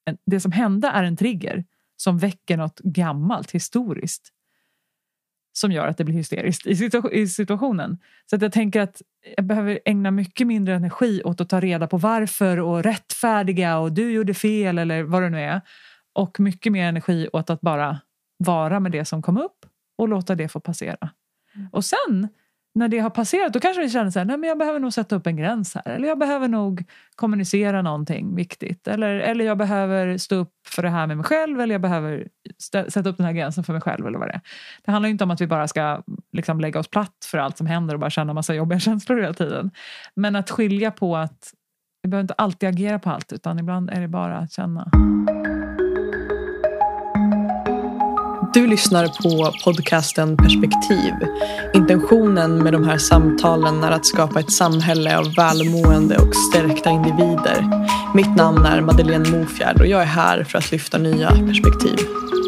det som hände är en trigger som väcker något gammalt historiskt som gör att det blir hysteriskt i situationen. Så att jag tänker att jag behöver ägna mycket mindre energi åt att ta reda på varför och rättfärdiga och du gjorde fel eller vad det nu är. Och mycket mer energi åt att bara vara med det som kom upp och låta det få passera. Och sen när det har passerat då kanske vi känner så här, nej men jag behöver nog sätta upp en gräns här. Eller jag behöver nog kommunicera någonting viktigt. Eller jag behöver stå upp för det här med mig själv. Eller jag behöver sätta upp den här gränsen för mig själv eller vad det är. Det handlar ju inte om att vi bara ska liksom lägga oss platt för allt som händer och bara känna massa jobbiga känslor hela tiden. Men att skilja på att vi behöver inte alltid agera på allt utan ibland är det bara att känna. Du lyssnar på podcasten Perspektiv. Intentionen med de här samtalen är att skapa ett samhälle av välmående och stärkta individer. Mitt namn är Madeleine Mofjärd och jag är här för att lyfta nya perspektiv.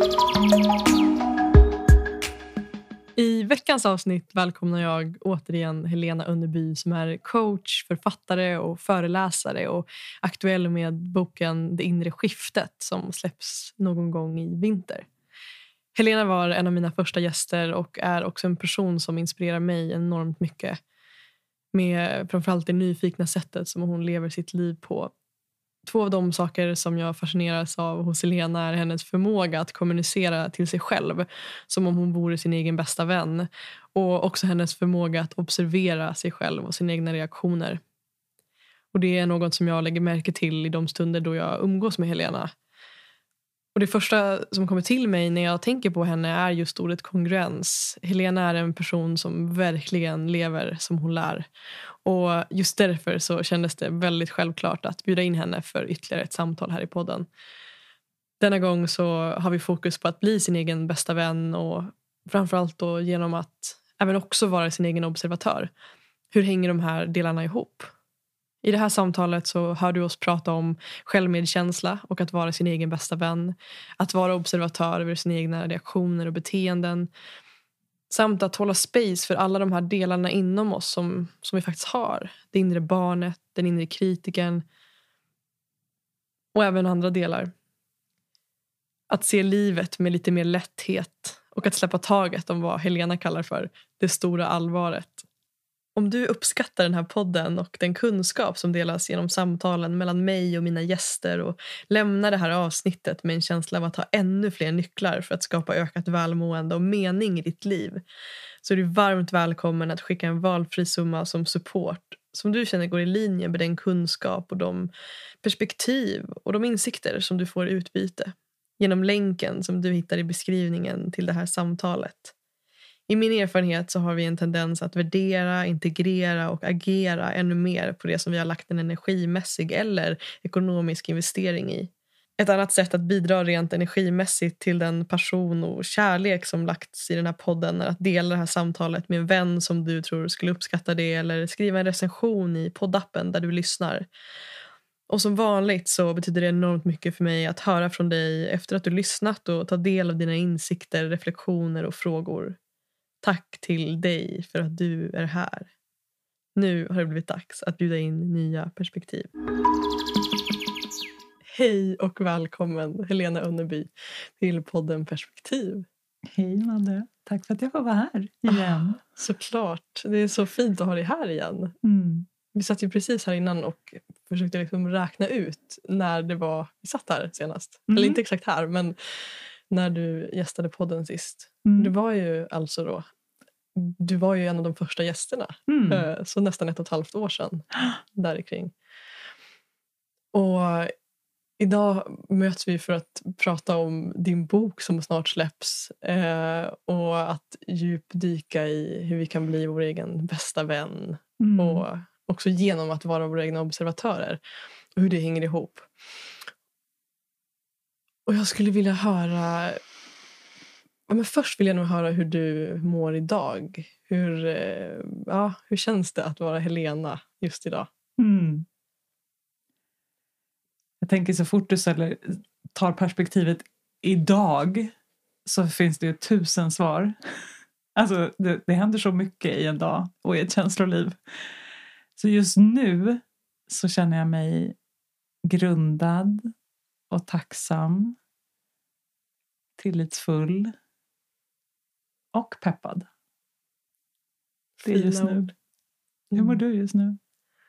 I veckans avsnitt välkomnar jag återigen Helena Unneby som är coach, författare och föreläsare och aktuell med boken Det inre skiftet som släpps någon gång i vinter. Helena var en av mina första gäster och är också en person som inspirerar mig enormt mycket. Med framförallt det nyfikna sättet som hon lever sitt liv på. 2 av de saker som jag fascineras av hos Helena är hennes förmåga att kommunicera till sig själv. Som om hon vore sin egen bästa vän. Och också hennes förmåga att observera sig själv och sina egna reaktioner. Och det är något som jag lägger märke till i de stunder då jag umgås med Helena. Och det första som kommer till mig när jag tänker på henne är just ordet kongruens. Helena är en person som verkligen lever som hon lär. Och just därför så kändes det väldigt självklart att bjuda in henne för ytterligare ett samtal här i podden. Denna gång så har vi fokus på att bli sin egen bästa vän och framförallt då genom att även också vara sin egen observatör. Hur hänger de här delarna ihop? I det här samtalet så hör du oss prata om självmedkänsla och att vara sin egen bästa vän. Att vara observatör över sina egna reaktioner och beteenden. Samt att hålla space för alla de här delarna inom oss som vi faktiskt har. Det inre barnet, den inre kritiken och även andra delar. Att se livet med lite mer lätthet och att släppa taget om vad Helena kallar för det stora allvaret. Om du uppskattar den här podden och den kunskap som delas genom samtalen mellan mig och mina gäster och lämnar det här avsnittet med en känsla av att ha ännu fler nycklar för att skapa ökat välmående och mening i ditt liv så är du varmt välkommen att skicka en valfri summa som support som du känner går i linje med den kunskap och de perspektiv och de insikter som du får i utbyte genom länken som du hittar i beskrivningen till det här samtalet. I min erfarenhet så har vi en tendens att värdera, integrera och agera ännu mer på det som vi har lagt en energimässig eller ekonomisk investering i. Ett annat sätt att bidra rent energimässigt till den passion och kärlek som lagts i den här podden är att dela det här samtalet med en vän som du tror skulle uppskatta det eller skriva en recension i poddappen där du lyssnar. Och som vanligt så betyder det enormt mycket för mig att höra från dig efter att du lyssnat och ta del av dina insikter, reflektioner och frågor. Tack till dig för att du är här. Nu har det blivit dags att bjuda in nya perspektiv. Hej och välkommen Helena Unneby till podden Perspektiv. Hej Madde, tack för att jag får vara här igen. Såklart, det är så fint att ha dig här igen. Vi satt ju precis här innan och försökte liksom räkna ut när det var vi satt här senast. Eller inte exakt här, men när du gästade podden sist. Det var ju alltså då, du var ju en av de första gästerna. Så nästan 1,5 år sedan. Där kring. Och idag möts vi för att prata om din bok som snart släpps. Och att djupdyka i hur vi kan bli vår egen bästa vän. Och också genom att vara våra egna observatörer. Och hur det hänger ihop. Och jag skulle vilja höra... Ja, men först vill jag nog höra hur du mår idag. Hur känns det att vara Helena just idag? Jag tänker så fort du tar perspektivet idag så finns det ju 1000 svar. Alltså det händer så mycket i en dag och i ett känsloliv. Så just nu så känner jag mig grundad, och tacksam, tillitsfull och peppad. Det är just nu. Hur mår du just nu?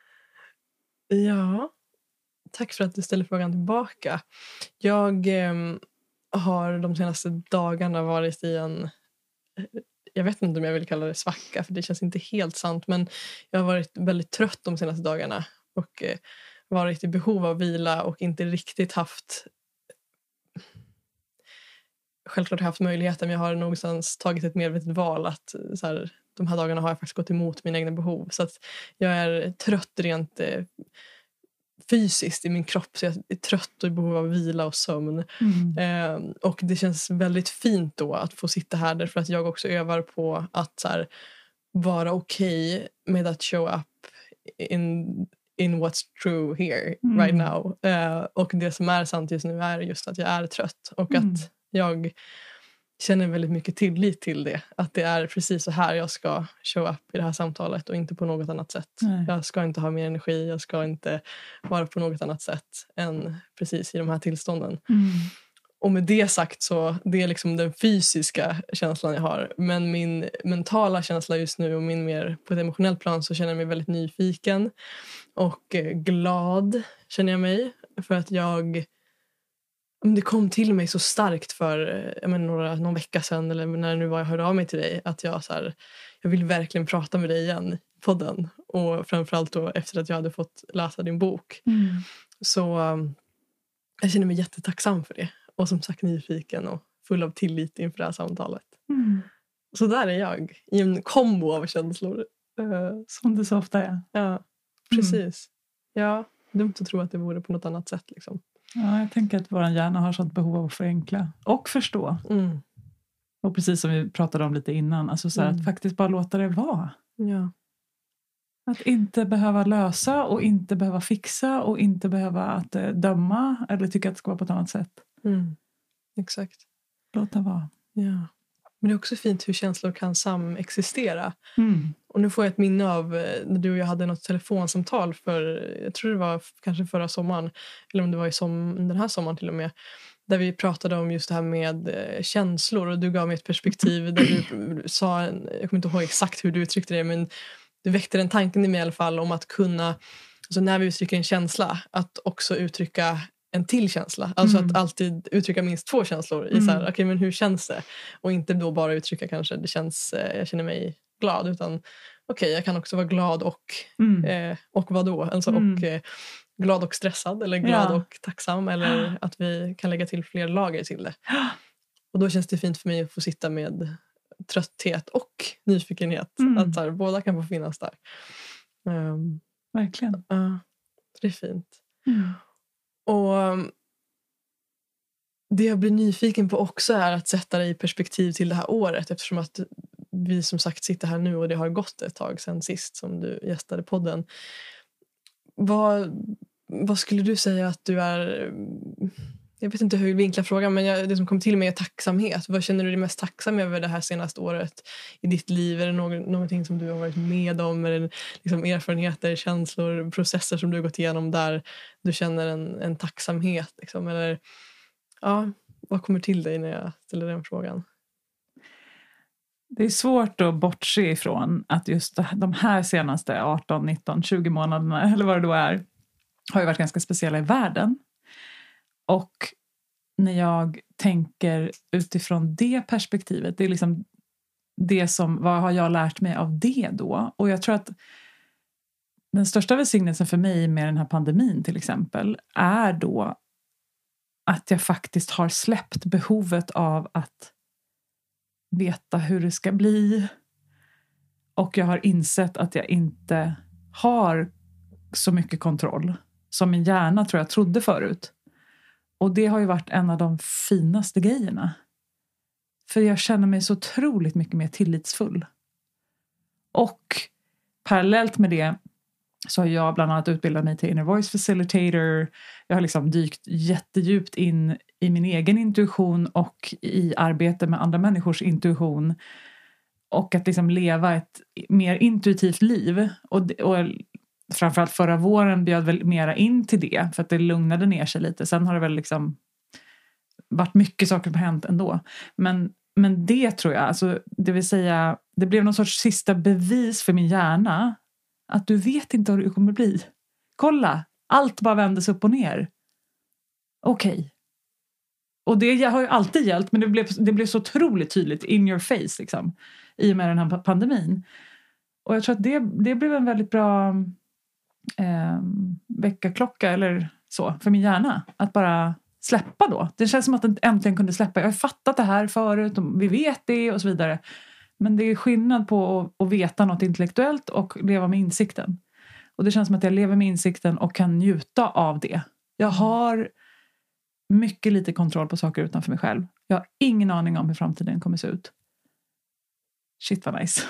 Ja, tack för att du ställer frågan tillbaka. Jag har de senaste dagarna varit i en... Jag vet inte om jag vill kalla det svacka, för det känns inte helt sant. Men jag har varit väldigt trött de senaste dagarna och varit i behov av vila och inte riktigt haft... Självklart har jag haft möjligheten, men jag har någonstans tagit ett medvetet val att så här, de här dagarna har jag faktiskt gått emot mina egna behov. Så att jag är trött rent fysiskt i min kropp, så jag är trött och i behov av vila och sömn. Och det känns väldigt fint då att få sitta här, därför att jag också övar på att så här, vara okej med att show up in what's true here right now. Och det som är sant just nu är just att jag är trött och att jag känner väldigt mycket tillit till det. Att det är precis så här jag ska show up i det här samtalet och inte på något annat sätt. Nej. Jag ska inte ha mer energi, jag ska inte vara på något annat sätt än precis i de här tillstånden. Och med det sagt så det är liksom den fysiska känslan jag har. Men min mentala känsla just nu och min mer på ett emotionellt plan så känner jag mig väldigt nyfiken och glad känner jag mig. För att det kom till mig så starkt för någon vecka sedan eller när det nu var jag hörde av mig till dig att jag vill verkligen prata med dig igen i podden. Och framförallt då efter att jag hade fått läsa din bok. Så jag känner mig jättetacksam för det. Och som sagt nyfiken och full av tillit inför det här samtalet. Så där är jag. I en kombo av känslor. Som det så ofta är. Ja, precis. Ja, dumt att tro att det vore på något annat sätt liksom. Ja, jag tänker att vår hjärna har sånt behov av att förenkla och förstå. Och precis som vi pratade om lite innan. Alltså så här, att faktiskt bara låta det vara. Ja. Att inte behöva lösa och inte behöva fixa och inte behöva att döma eller tycka att det ska vara på ett annat sätt. Exakt. Låta vara. Ja. Men det är också fint hur känslor kan samexistera. Och nu får jag ett minne av när du och jag hade något telefonsamtal jag tror det var kanske förra sommaren. Eller om det var den här sommaren till och med. Där vi pratade om just det här med känslor. Och du gav mig ett perspektiv där du sa, jag kommer inte ihåg exakt hur du uttryckte det. Men du väckte den tanken i mig i alla fall om att kunna, alltså när vi uttrycker en känsla, att också uttrycka en till känsla. Alltså att alltid uttrycka minst 2 känslor. I så här, okej, men hur känns det? Och inte då bara uttrycka kanske, jag känner mig glad. Utan okej, jag kan också vara glad och vad då? Alltså, och glad och stressad. Eller glad och tacksam. Eller att vi kan lägga till fler lager till det. Och då känns det fint för mig att få sitta med trötthet och nyfikenhet. Att så här, båda kan få finnas där. Verkligen. Det är fint. Och det jag blir nyfiken på också är att sätta det i perspektiv till det här året, eftersom att vi som sagt sitter här nu och det har gått ett tag sedan sist som du gästade podden. Vad skulle du säga att du är... Jag vet inte hur jag vinklar frågan, men det som kom till mig är tacksamhet. Vad känner du dig mest tacksam över det här senaste året i ditt liv? Är det någonting som du har varit med om? Eller liksom erfarenheter, känslor, processer som du har gått igenom där du känner en tacksamhet? Liksom? Eller vad kommer till dig när jag ställer den frågan? Det är svårt att bortse ifrån att just de här senaste 18, 19, 20 månaderna eller vad det då är har ju varit ganska speciella i världen. Och när jag tänker utifrån det perspektivet, det är liksom det som, vad har jag lärt mig av det då? Och jag tror att den största välsignelsen för mig med den här pandemin till exempel är då att jag faktiskt har släppt behovet av att veta hur det ska bli. Och jag har insett att jag inte har så mycket kontroll som min hjärna tror jag trodde förut. Och det har ju varit en av de finaste grejerna. För jag känner mig så otroligt mycket mer tillitsfull. Och parallellt med det så har jag bland annat utbildat mig till Inner Voice Facilitator. Jag har liksom dykt jättedjupt in i min egen intuition och i arbete med andra människors intuition. Och att liksom leva ett mer intuitivt liv. Och framförallt förra våren bjöd väl mera in till det. För att det lugnade ner sig lite. Sen har det väl liksom varit mycket saker som har hänt ändå. Men det tror jag, alltså, det vill säga, det blev någon sorts sista bevis för min hjärna. Att du vet inte hur det kommer bli. Kolla, allt bara vändes upp och ner. Okej. Och det har ju alltid gällt, men det blev så otroligt tydligt in your face liksom, i och med den här pandemin. Och jag tror att det blev en väldigt bra väckarklocka eller så för min hjärna. Att bara släppa då. Det känns som att den äntligen kunde släppa. Jag har fattat det här förut och vi vet det och så vidare. Men det är skillnad på att veta något intellektuellt och leva med insikten. Och det känns som att jag lever med insikten och kan njuta av det. Jag har mycket lite kontroll på saker utanför mig själv. Jag har ingen aning om hur framtiden kommer se ut. Shit vad nice.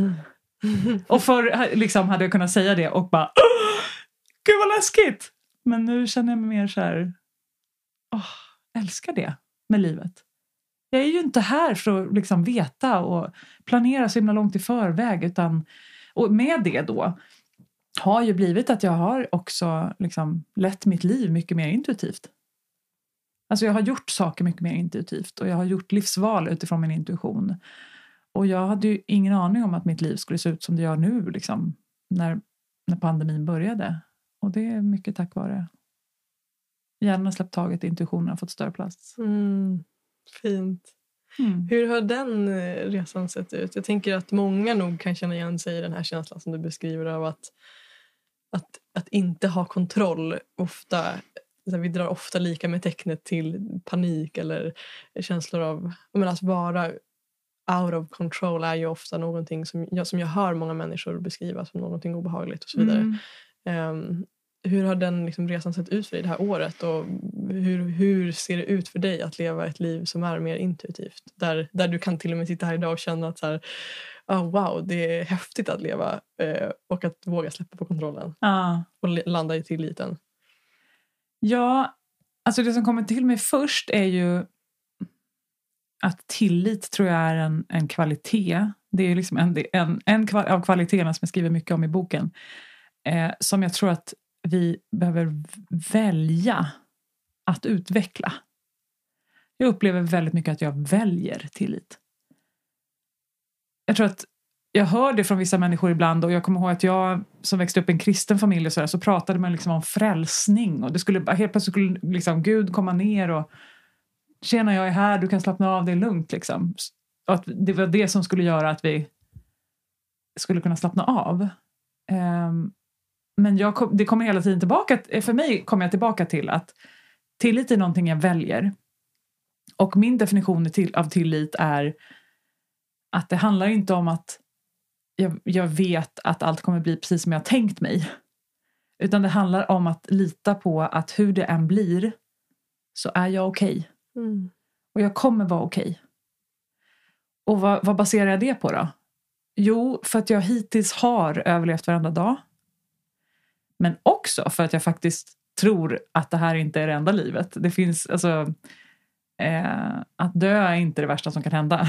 Och förr liksom hade jag kunnat säga det och bara gud vad läskigt. Men nu känner jag mig mer så här älskar det med livet. Jag är ju inte här för att liksom veta och planera så himla långt i förväg utan, och med det då har ju blivit att jag har också liksom lett mitt liv mycket mer intuitivt. Alltså jag har gjort saker mycket mer intuitivt och jag har gjort livsval utifrån min intuition. Och jag hade ju ingen aning om att mitt liv skulle se ut som det gör nu liksom, när pandemin började. Och det är mycket tack vare hjärnan har släppt taget, intuitionen har fått större plats. Fint. Hur har den resan sett ut? Jag tänker att många nog kan känna igen sig i den här känslan som du beskriver av att inte ha kontroll ofta. Vi drar ofta lika med tecknet till panik eller känslor av att vara out of control är ju ofta någonting som jag hör många människor beskriva som någonting obehagligt och så vidare. Hur har den liksom resan sett ut för dig det här året och hur ser det ut för dig att leva ett liv som är mer intuitivt? Där du kan till och med sitta här idag och känna att så här, wow, det är häftigt att leva och att våga släppa på kontrollen och landa i tilliten. Ja, alltså det som kommer till mig först är ju att tillit tror jag är en kvalitet. Det är ju liksom en av kvaliteterna som jag skriver mycket om i boken. Som jag tror att vi behöver välja att utveckla. Jag upplever väldigt mycket att jag väljer tillit. Jag tror att jag hör det från vissa människor ibland och jag kommer ihåg att jag som växte upp i en kristen familj och så pratade man liksom om frälsning och det skulle helt plötsligt skulle liksom Gud komma ner och tjena jag är här, du kan slappna av, det är lugnt liksom. Och att det var det som skulle göra att vi skulle kunna slappna av. Men det kommer hela tiden tillbaka, för mig kommer jag tillbaka till att tillit är någonting jag väljer. Och min definition av tillit är att det handlar inte om att jag vet att allt kommer bli precis som jag har tänkt mig. Utan det handlar om att lita på att hur det än blir så är jag okej. Och jag kommer vara okej. Och vad baserar jag det på då? Jo, för att jag hittills har överlevt varenda dag. Men också för att jag faktiskt tror att det här inte är det enda livet. Det finns, alltså, att dö är inte det värsta som kan hända.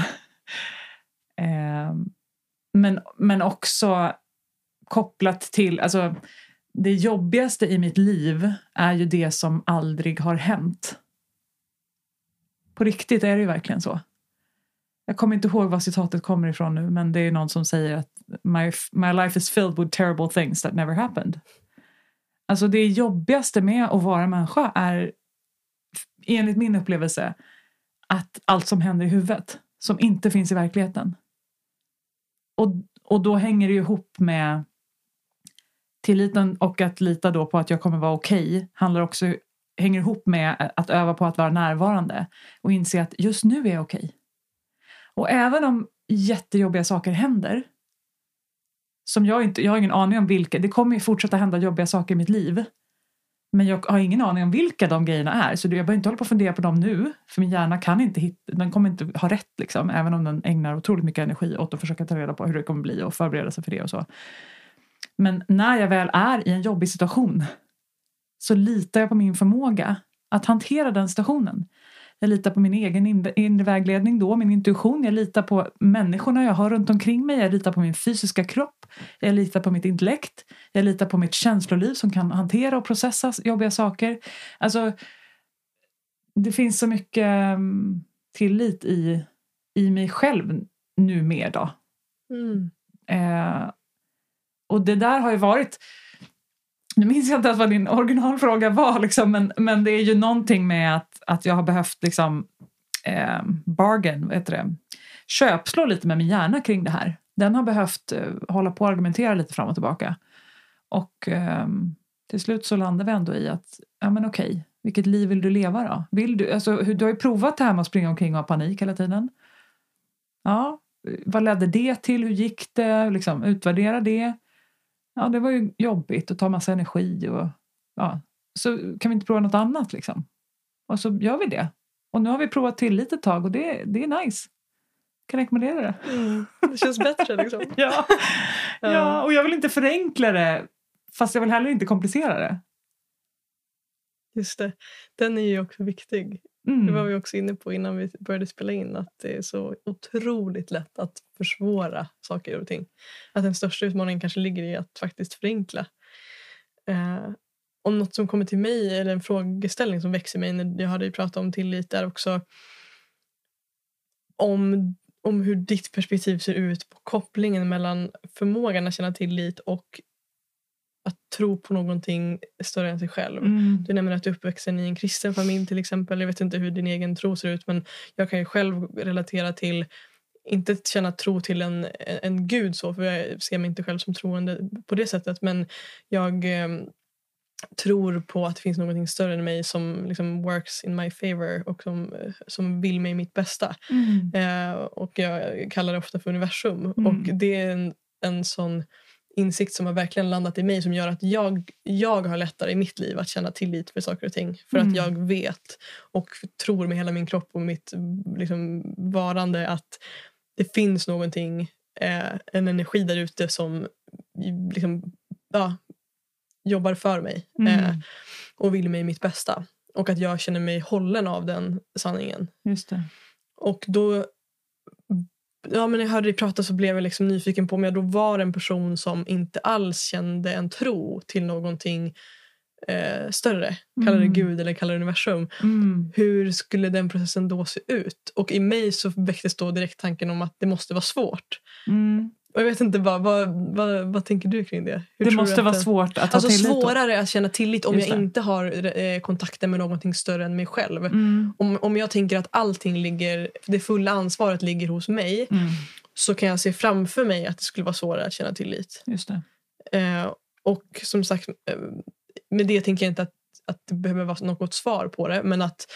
Men också kopplat till, alltså det jobbigaste i mitt liv är ju det som aldrig har hänt. På riktigt är det ju verkligen så. Jag kommer inte ihåg vad citatet kommer ifrån nu, men det är någon som säger att my life is filled with terrible things that never happened. Alltså det jobbigaste med att vara människa är, enligt min upplevelse, att allt som händer i huvudet som inte finns i verkligheten. Och då hänger det ju ihop med tilliten och att lita då på att jag kommer vara okej. Hänger ihop med att öva på att vara närvarande och inse att just nu är jag okej. Och även om jättejobbiga saker händer, som jag har ingen aning om vilka, det kommer ju fortsätta hända jobbiga saker i mitt liv. Men jag har ingen aning om vilka de grejerna är. Så jag behöver inte hålla på att fundera på dem nu. För min hjärna kan inte den kommer inte ha rätt liksom. Även om den ägnar otroligt mycket energi åt att försöka ta reda på hur det kommer bli och förbereda sig för det och så. Men när jag väl är i en jobbig situation så litar jag på min förmåga att hantera den situationen. Jag litar på min egen inre vägledning då, min intuition. Jag litar på människorna jag har runt omkring mig. Jag litar på min fysiska kropp. Jag litar på mitt intellekt. Jag litar på mitt känsloliv som kan hantera och processa jobbiga saker. Alltså, det finns så mycket tillit i mig själv numera då. Och det där har ju varit... Nu minns jag inte vad din originalfråga var liksom, men det är ju någonting med att jag har behövt liksom köpslå lite med min hjärna kring det här. Den har behövt hålla på och argumentera lite fram och tillbaka. Och till slut så landar vi ändå i att ja men okej, vilket liv vill du leva då? Du har ju provat det här med att springa omkring och ha panik hela tiden. Ja, vad ledde det till? Hur gick det? Liksom, utvärdera det. Ja, det var ju jobbigt att ta massa energi och ja, så kan vi inte prova något annat liksom. Och så gör vi det. Och nu har vi provat tillit ett tag och det är nice. Kan rekommendera det. Det känns bättre liksom. Ja, och jag vill inte förenkla det fast jag vill heller inte komplicera det. Just det. Den är ju också viktig. Det var vi också inne på innan vi började spela in. Att det är så otroligt lätt att försvåra saker och ting. Att den största utmaningen kanske ligger i att faktiskt förenkla. Och något som kommer till mig, eller en frågeställning som växer mig när jag hade pratat om tillit, är också om hur ditt perspektiv ser ut på kopplingen mellan förmågan att känna tillit och att tro på någonting större än sig själv. Du nämner att du är uppväxten i en kristen familj till exempel. Jag vet inte hur din egen tro ser ut, men jag kan ju själv relatera till, inte känna tro till en gud så, för jag ser mig inte själv som troende på det sättet, men jag tror på att det finns någonting större än mig som liksom works in my favor och som vill mig mitt bästa. Och jag kallar det ofta för universum. Och det är en sån insikt som har verkligen landat i mig, som gör att jag har lättare i mitt liv att känna tillit för saker och ting. För att jag vet och tror med hela min kropp och mitt liksom varande att det finns någonting, en energi där ute som liksom, jobbar för mig och vill mig mitt bästa. Och att jag känner mig hållen av den sanningen. Just det. Och då, men när jag hörde dig prata så blev jag liksom nyfiken på om jag då var en person som inte alls kände en tro till någonting större. Kallar det Gud eller kallar det universum. Hur skulle den processen då se ut? Och i mig så väcktes då direkt tanken om att det måste vara svårt. Och jag vet inte, vad tänker du kring det? Hur det måste vara svårt att ha alltså tillit. Svårare att känna tillit om jag inte har kontakten med någonting större än mig själv. Om jag tänker att allting ligger, det fulla ansvaret ligger hos mig, så kan jag se framför mig att det skulle vara svårare att känna tillit. Just det. Och som sagt, med det tänker jag inte att det behöver vara något svar på det, men att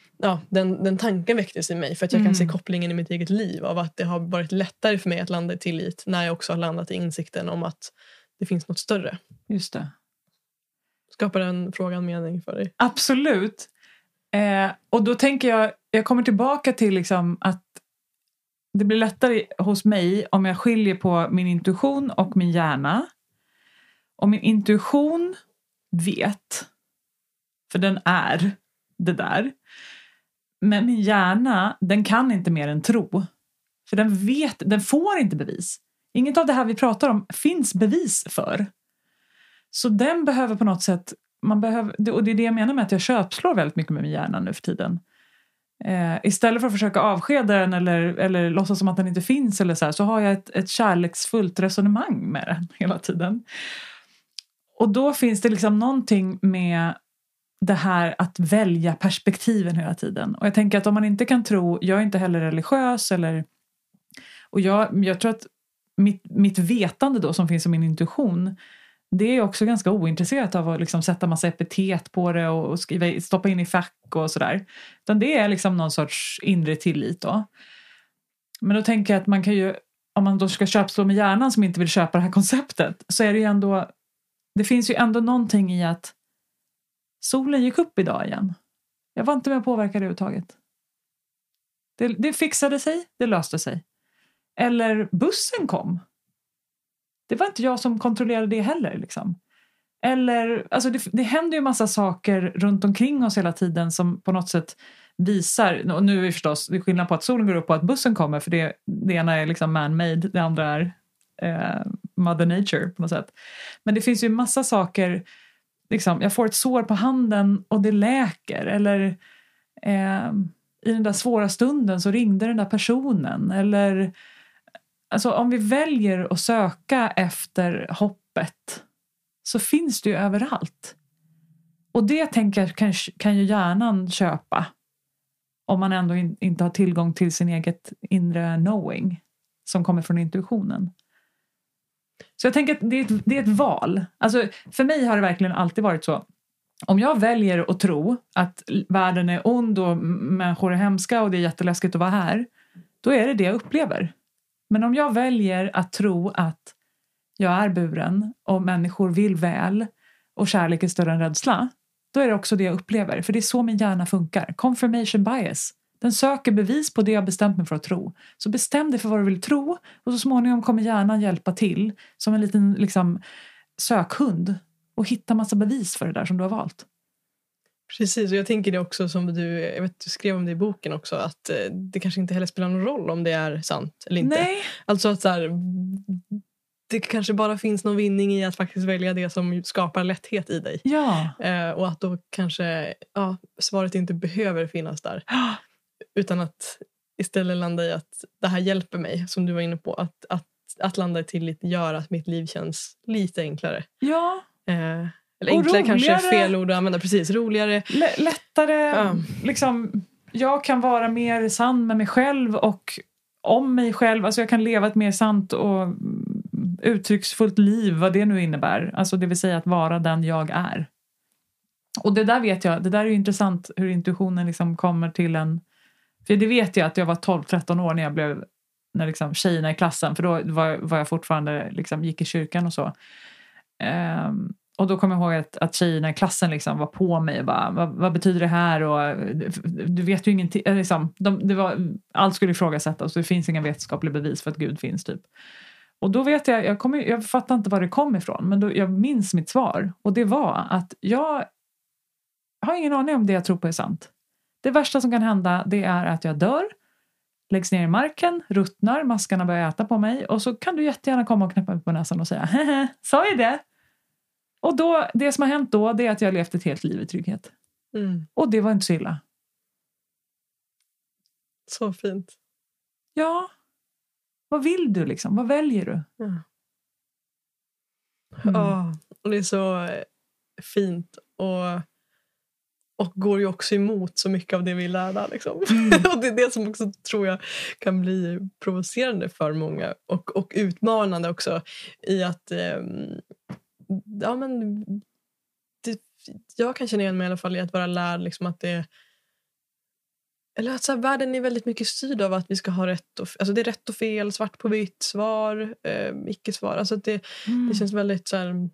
den tanken väcktes i mig för att jag kan se kopplingen i mitt eget liv av att det har varit lättare för mig att landa i tillit när jag också har landat i insikten om att det finns något större. Just det. Skapar den frågan mening för dig? Absolut. Och då tänker jag kommer tillbaka till liksom att det blir lättare hos mig om jag skiljer på min intuition och min hjärna. Och min intuition vet, för den är det där. Men min hjärna, den kan inte mer än tro. För den får inte bevis. Inget av det här vi pratar om finns bevis för. Så den behöver på något sätt, och det är det jag menar med att jag köpslår väldigt mycket med min hjärna nu för tiden. Istället för att försöka avskeda den eller låtsas som att den inte finns eller så har jag ett kärleksfullt resonemang med den hela tiden. Och då finns det liksom någonting med det här att välja perspektiven hela tiden. Och jag tänker att om man inte kan tro, jag är inte heller religiös och jag tror att mitt vetande då som finns i min intuition, det är också ganska ointresserat av att liksom sätta massa epitet på det och stoppa in i fack och sådär. Utan det är liksom någon sorts inre tillit då. Men då tänker jag att man kan ju, om man då ska köpslå med hjärnan som inte vill köpa det här konceptet, så är det ju ändå, det finns ju ändå någonting i att solen gick upp idag igen. Jag var inte med att påverka det överhuvudtaget. Det fixade sig, det löste sig. Eller bussen kom. Det var inte jag som kontrollerade det heller liksom. Eller, alltså det händer ju massa saker runt omkring oss hela tiden som på något sätt visar, och nu är det förstås det är skillnad på att solen går upp och att bussen kommer, för det ena är liksom man-made, det andra är mother nature på något sätt. Men det finns ju massa saker, liksom, jag får ett sår på handen och det läker, eller i den där svåra stunden så ringde den där personen, eller alltså om vi väljer att söka efter hoppet så finns det ju överallt. Och det tänker jag kan ju hjärnan köpa om man ändå inte har tillgång till sin eget inre knowing som kommer från intuitionen. Så jag tänker att det är ett val. Alltså för mig har det verkligen alltid varit så. Om jag väljer att tro att världen är ond och människor är hemska och det är jätteläskigt att vara här, då är det jag upplever. Men om jag väljer att tro att jag är buren och människor vill väl och kärlek är större än rädsla, då är det också det jag upplever. För det är så min hjärna funkar. Confirmation bias. Den söker bevis på det jag bestämt mig för att tro. Så bestäm dig för vad du vill tro, och så småningom kommer hjärnan hjälpa till som en liten liksom, sökhund och hitta massa bevis för det där som du har valt. Precis, och jag tänker det också som du skrev om det i boken också, att det kanske inte heller spelar någon roll om det är sant eller inte. Nej. Alltså att så här, det kanske bara finns någon vinning i att faktiskt välja det som skapar lätthet i dig. Ja. Och att då kanske svaret inte behöver finnas där. Utan att istället landa i att det här hjälper mig, som du var inne på. Att landa i tillit gör att mitt liv känns lite enklare. Ja. Eller enklare kanske är fel ord att använda. Precis, roligare. Lättare. Liksom, jag kan vara mer sann med mig själv och om mig själv. Alltså jag kan leva ett mer sant och uttrycksfullt liv, vad det nu innebär. Alltså det vill säga att vara den jag är. Och det där vet jag, det där är ju intressant hur intuitionen liksom kommer till en. För det vet jag att jag var 12-13 år när liksom tjejerna i klassen, för då var jag fortfarande liksom, gick i kyrkan och så. Och då kommer jag ihåg att tjejerna i klassen liksom var på mig och bara, vad betyder det här? Och du vet ju ingenting. Liksom, allt skulle ifrågasättas, så det finns inga vetenskapliga bevis för att Gud finns typ. Och då vet jag fattar inte var det kom ifrån, men jag minns mitt svar. Och det var att jag har ingen aning om det jag tror på är sant. Det värsta som kan hända, det är att jag dör, läggs ner i marken, ruttnar, maskarna börjar äta på mig, och så kan du jättegärna komma och knäppa mig på näsan och säga, hehe, sa jag det? Och då, det som har hänt då, det är att jag har levt ett helt liv i trygghet. Och det var inte så illa. Så fint. Ja. Vad vill du liksom? Vad väljer du? Och det är så fint. Och går ju också emot så mycket av det vi lärde. Liksom. Och det är det som också tror jag kan bli provocerande för många. Och utmanande också. I att jag kan känna igen mig i alla fall i att vara lärd liksom, att det. Eller att så här, världen är väldigt mycket styrd av att vi ska ha rätt och alltså det är rätt och fel, svart på vitt, svar, icke-svar. Alltså att det känns väldigt så här,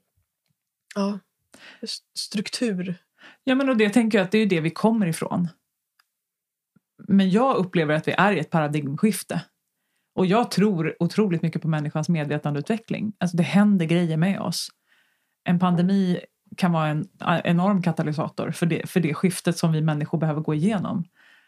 struktur. Ja, men och det tänker jag att det är det vi kommer ifrån. Men jag upplever att vi är i ett paradigmskifte. Och jag tror otroligt mycket på människans medvetandeutveckling. Alltså det händer grejer med oss. En pandemi kan vara en enorm katalysator för det skiftet som vi människor behöver gå igenom.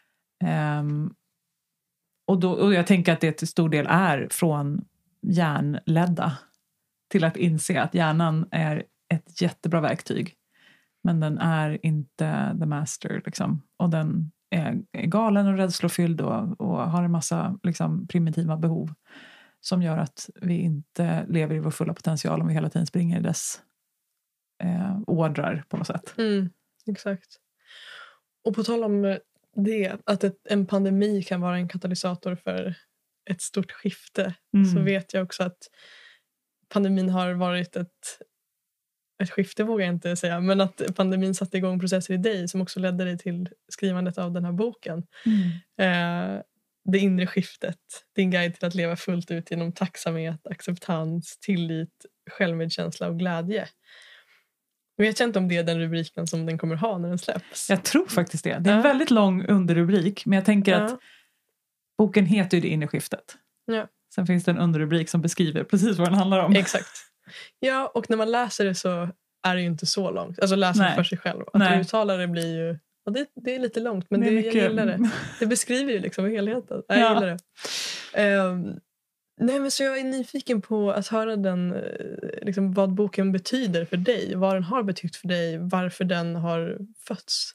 Och jag tänker att det till stor del är från hjärnledda till att inse att hjärnan är ett jättebra verktyg, men den är inte the master liksom. Och den är galen och rädslofylld och har en massa liksom, primitiva behov som gör att vi inte lever i vår fulla potential om vi hela tiden springer i dess ordrar på något sätt. Exakt. Och på tal om det, att en pandemi kan vara en katalysator för ett stort skifte, så vet jag också att pandemin har varit ett skifte, vågar jag inte säga, men att pandemin satte igång processer i dig som också ledde dig till skrivandet av den här boken. Det inre skiftet, din guide till att leva fullt ut genom tacksamhet, acceptans, tillit, självmedkänsla och glädje. Jag vet inte om det är den rubriken som den kommer ha när den släpps. Jag tror faktiskt det. Det är en väldigt lång underrubrik, men jag tänker att boken heter ju Det inre skiftet. Ja. Sen finns det en underrubrik som beskriver precis vad den handlar om. Exakt. Ja, och när man läser det så är det ju inte så långt. Alltså läser det för sig själv. Att uttala det blir ju Ja, det är lite långt, men Det är jag gillar det. Det beskriver ju liksom helheten. Jag gillar det. Nej, men så jag är nyfiken på att höra liksom, vad boken betyder för dig. Vad den har betytt för dig. Varför den har fötts.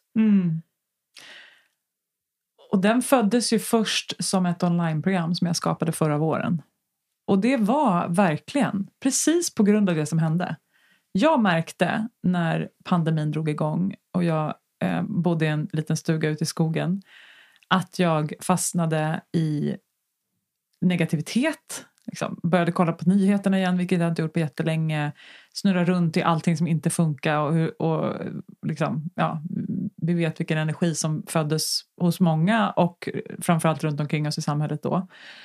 Och den föddes ju först som ett onlineprogram som jag skapade förra våren. Och det var verkligen precis på grund av det som hände. Jag märkte när pandemin drog igång och jag bodde i en liten stuga ute i skogen att jag fastnade i negativitet. Liksom. Började kolla på nyheterna igen, vilket jag inte gjort på jättelänge. Snurra runt i allting som inte funkar och liksom, ja, vi vet vilken energi som föddes hos många och framförallt runt omkring oss i samhället då.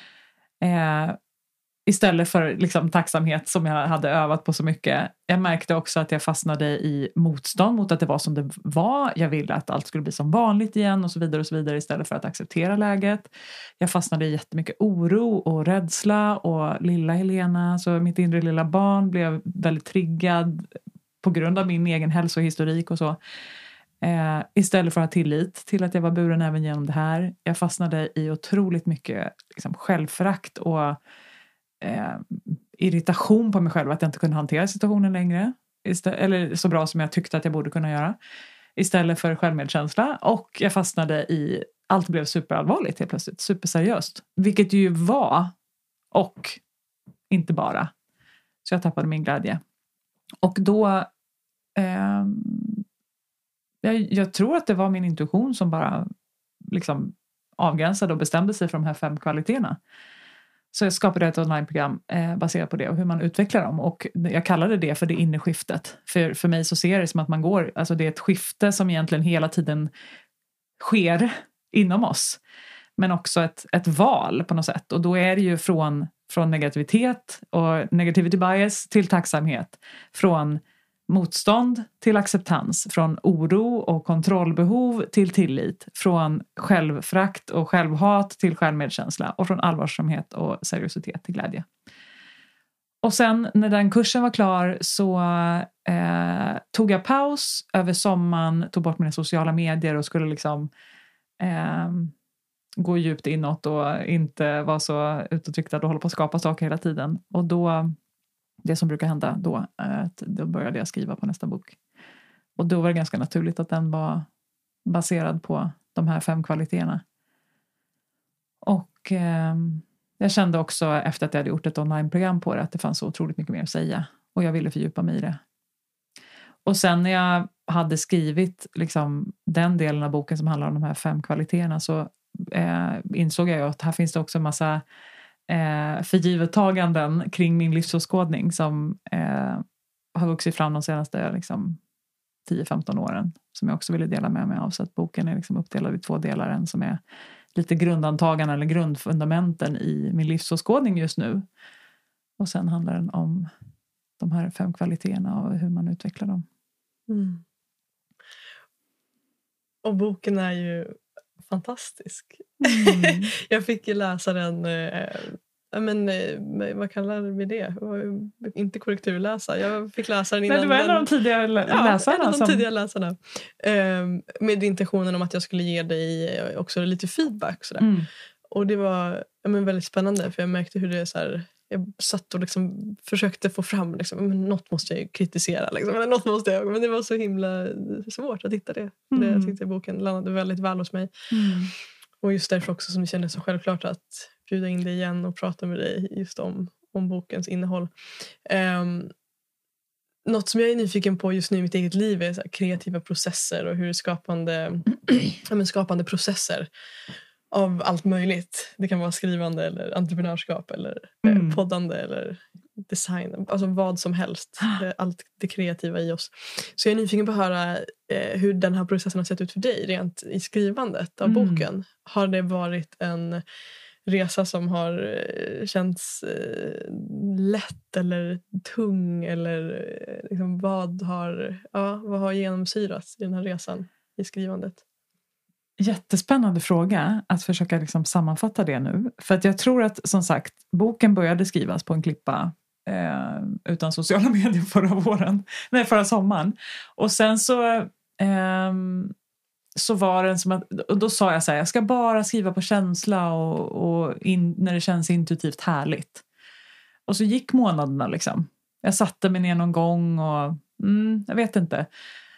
Istället för liksom, tacksamhet som jag hade övat på så mycket. Jag märkte också att jag fastnade i motstånd mot att det var som det var. Jag ville att allt skulle bli som vanligt igen och så vidare istället för att acceptera läget. Jag fastnade i jättemycket oro och rädsla och lilla Helena, så mitt inre lilla barn blev väldigt triggad på grund av min egen hälsohistorik och så. Istället för att ha tillit till att jag var buren även genom det här. Jag fastnade i otroligt mycket liksom, självförakt och irritation på mig själv att jag inte kunde hantera situationen längre eller så bra som jag tyckte att jag borde kunna göra, istället för självmedkänsla. Och jag fastnade i allt blev superallvarligt helt plötsligt, superseriöst, vilket ju var och inte bara, så jag tappade min glädje. Och då jag tror att det var min intuition som bara liksom avgränsade och bestämde sig för de här 5 kvaliteterna. Så jag skapade ett onlineprogram baserat på det och hur man utvecklar dem. Och jag kallade det för det inre skiftet. För mig så ser jag det som att man går, alltså det är ett skifte som egentligen hela tiden sker inom oss. Men också ett val på något sätt. Och då är det ju från negativitet och negativity bias till tacksamhet. Från motstånd till acceptans, från oro och kontrollbehov till tillit, från självfrakt och självhat till självmedkänsla och från allvarsamhet och seriositet till glädje. Och sen när den kursen var klar så tog jag paus över sommaren, tog bort mina sociala medier och skulle liksom gå djupt inåt och inte vara så utåtriktad och hålla på att skapa saker hela tiden. Och då, det som brukar hända då, då började jag skriva på nästa bok. Och då var det ganska naturligt att den var baserad på de här 5 kvaliteterna. Och jag kände också efter att jag hade gjort ett onlineprogram på det att det fanns så otroligt mycket mer att säga. Och jag ville fördjupa mig i det. Och sen när jag hade skrivit liksom, den delen av boken som handlar om de här 5 kvaliteterna så insåg jag att här finns det också en massa förgivettaganden kring min livsåskådning som har vuxit fram de senaste liksom, 10-15 åren som jag också ville dela med mig av. Så att boken är liksom uppdelad i 2 delar. En som är lite grundantaganden eller grundfundamenten i min livsåskådning just nu. Och sen handlar den om de här 5 kvaliteterna och hur man utvecklar dem. Mm. Och boken är ju fantastisk. Mm. Jag fick ju läsa den vad kallar vi det? Inte korrekturläsa. Jag fick läsa den innan. Nej, det var en av de tidiga läsarna. En av de tidiga läsarna. Med intentionen om att jag skulle ge dig också lite feedback. Sådär. Mm. Och det var väldigt spännande för jag märkte hur det är så här. Jag satt och liksom försökte få fram liksom, något måste jag kritisera liksom, något måste jag, men det var så himla svårt att hitta det. Det jag tyckte boken landade väldigt väl hos mig. Och just därför också som det kändes så självklart att bjuda in dig igen och prata med dig just om bokens innehåll. Något som jag är nyfiken på just nu i mitt eget liv är så här, kreativa processer och hur skapande processer av allt möjligt. Det kan vara skrivande eller entreprenörskap eller poddande eller design. Alltså vad som helst. Allt det kreativa i oss. Så jag är nyfiken på att höra hur den här processen har sett ut för dig rent i skrivandet av boken. Har det varit en resa som har känts lätt eller tung eller liksom, vad har genomsyrats i den här resan i skrivandet? Jättespännande fråga att försöka liksom sammanfatta det nu. För att jag tror att som sagt boken började skrivas på en klippa utan sociala medier förra sommaren. Och sen så så var den som att, och då sa jag så här, jag ska bara skriva på känsla och när det känns intuitivt härligt. Och så gick månaderna liksom. Jag satte mig ner någon gång och jag vet inte.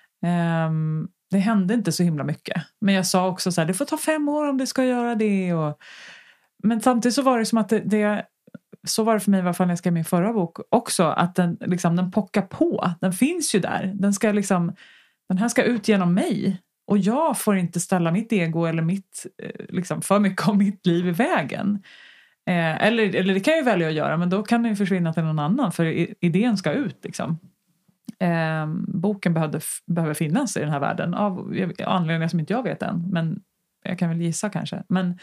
Det hände inte så himla mycket. Men jag sa också så här, det får ta 5 år om det ska göra det. Men samtidigt så var det som att så var det för mig i alla fall när jag skrev min förra bok också. Att den pockar på. Den finns ju där. Den här ska ut genom mig. Och jag får inte ställa mitt ego eller för mycket av mitt liv i vägen. Eller det kan jag ju välja att göra, men då kan den ju försvinna till någon annan, för idén ska ut liksom. Boken behöver finnas i den här världen av anledningar som inte jag vet än, men jag kan väl gissa kanske. Men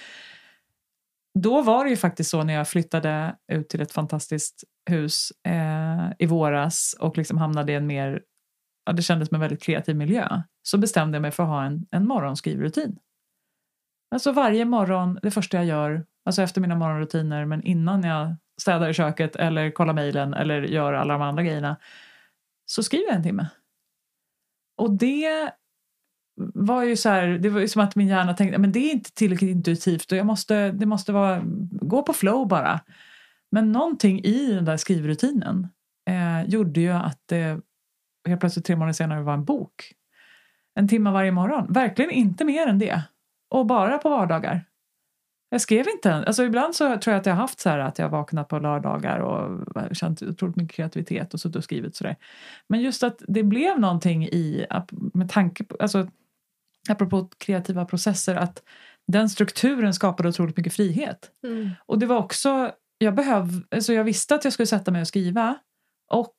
då var det ju faktiskt så när jag flyttade ut till ett fantastiskt hus i våras och liksom hamnade i en mer, det kändes som en väldigt kreativ miljö, så bestämde jag mig för att ha en morgonskrivrutin. Alltså varje morgon, det första jag gör, alltså efter mina morgonrutiner, men innan jag städar i köket eller kollar mejlen eller gör alla de andra grejerna, så skriver jag 1 timme. Och det var ju så här, det var ju som att min hjärna tänkte, men det är inte tillräckligt intuitivt och det måste gå på flow bara. Men någonting i den där skrivrutinen gjorde ju att det helt plötsligt 3 månader senare var en bok. 1 timme varje morgon. Verkligen inte mer än det. Och bara på vardagar. Jag skrev inte. Alltså ibland så tror jag att jag har haft så här att jag vaknat på lördagar och känt otroligt mycket kreativitet och suttit och skrivit sådär. Men just att det blev någonting med tanke på, alltså apropå kreativa processer, att den strukturen skapade otroligt mycket frihet. Och det var också, jag visste att jag skulle sätta mig och skriva, och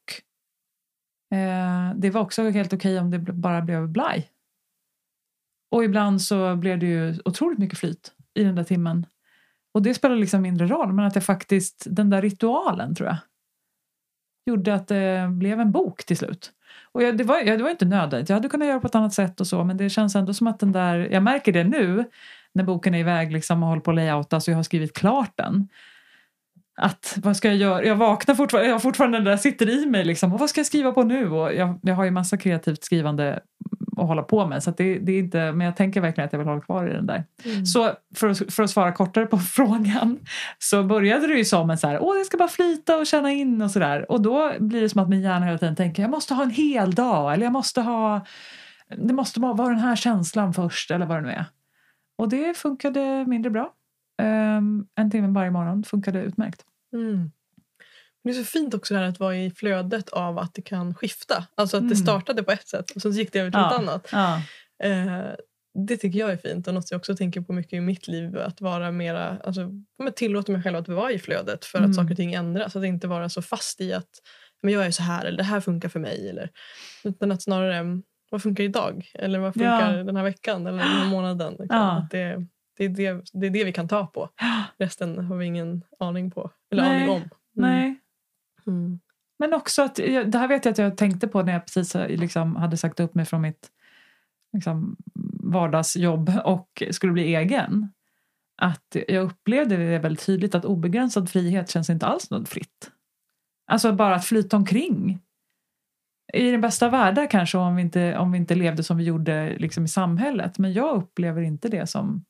det var också helt okej om det bara blev blaj. Och ibland så blev det ju otroligt mycket flyt i den där timmen. Och det spelar liksom mindre roll, men att jag faktiskt, den där ritualen tror jag, gjorde att det blev en bok till slut. Och det var inte nödvändigt. Jag hade kunnat göra på ett annat sätt och så, men det känns ändå som att den där, jag märker det nu när boken är iväg liksom och håller på att layouta, så jag har skrivit klart den. Att vad ska jag göra? Jag vaknar fortfarande, jag har fortfarande den där sitter i mig liksom, och vad ska jag skriva på nu? Och jag har ju massa kreativt skrivande att hålla på med, så att det är inte, men jag tänker verkligen att jag vill hålla kvar i den där. Så för att svara kortare på frågan, så började det ju som en så här, jag ska bara flyta och känna in och sådär, och då blir det som att min hjärna hela tiden tänker, jag måste ha en hel dag, eller det måste vara den här känslan först, eller vad det nu är. Och det funkade mindre bra. 1 timme varje morgon funkade utmärkt. Det är så fint också det här att vara i flödet av att det kan skifta. Alltså att det startade på ett sätt och så gick det över till något annat. Ja. Det tycker jag är fint, och något jag också tänker på mycket i mitt liv, att vara mera, alltså tillåta mig själv att vara i flödet för att saker och ting ändras, att inte vara så fast i att men jag är så här, eller det här funkar för mig, eller utan att snarare, vad funkar idag, eller vad funkar den här veckan eller den här månaden liksom. Att det är det vi kan ta på. Resten har vi ingen aning på, eller aning om. Nej. Men också att, det här vet jag att jag tänkte på när jag precis liksom hade sagt upp mig från mitt liksom vardagsjobb och skulle bli egen. Att jag upplevde det väldigt tydligt att obegränsad frihet känns inte alls något fritt. Alltså bara att flyta omkring. I den bästa världen kanske, om vi inte levde som vi gjorde liksom i samhället. Men jag upplever inte det som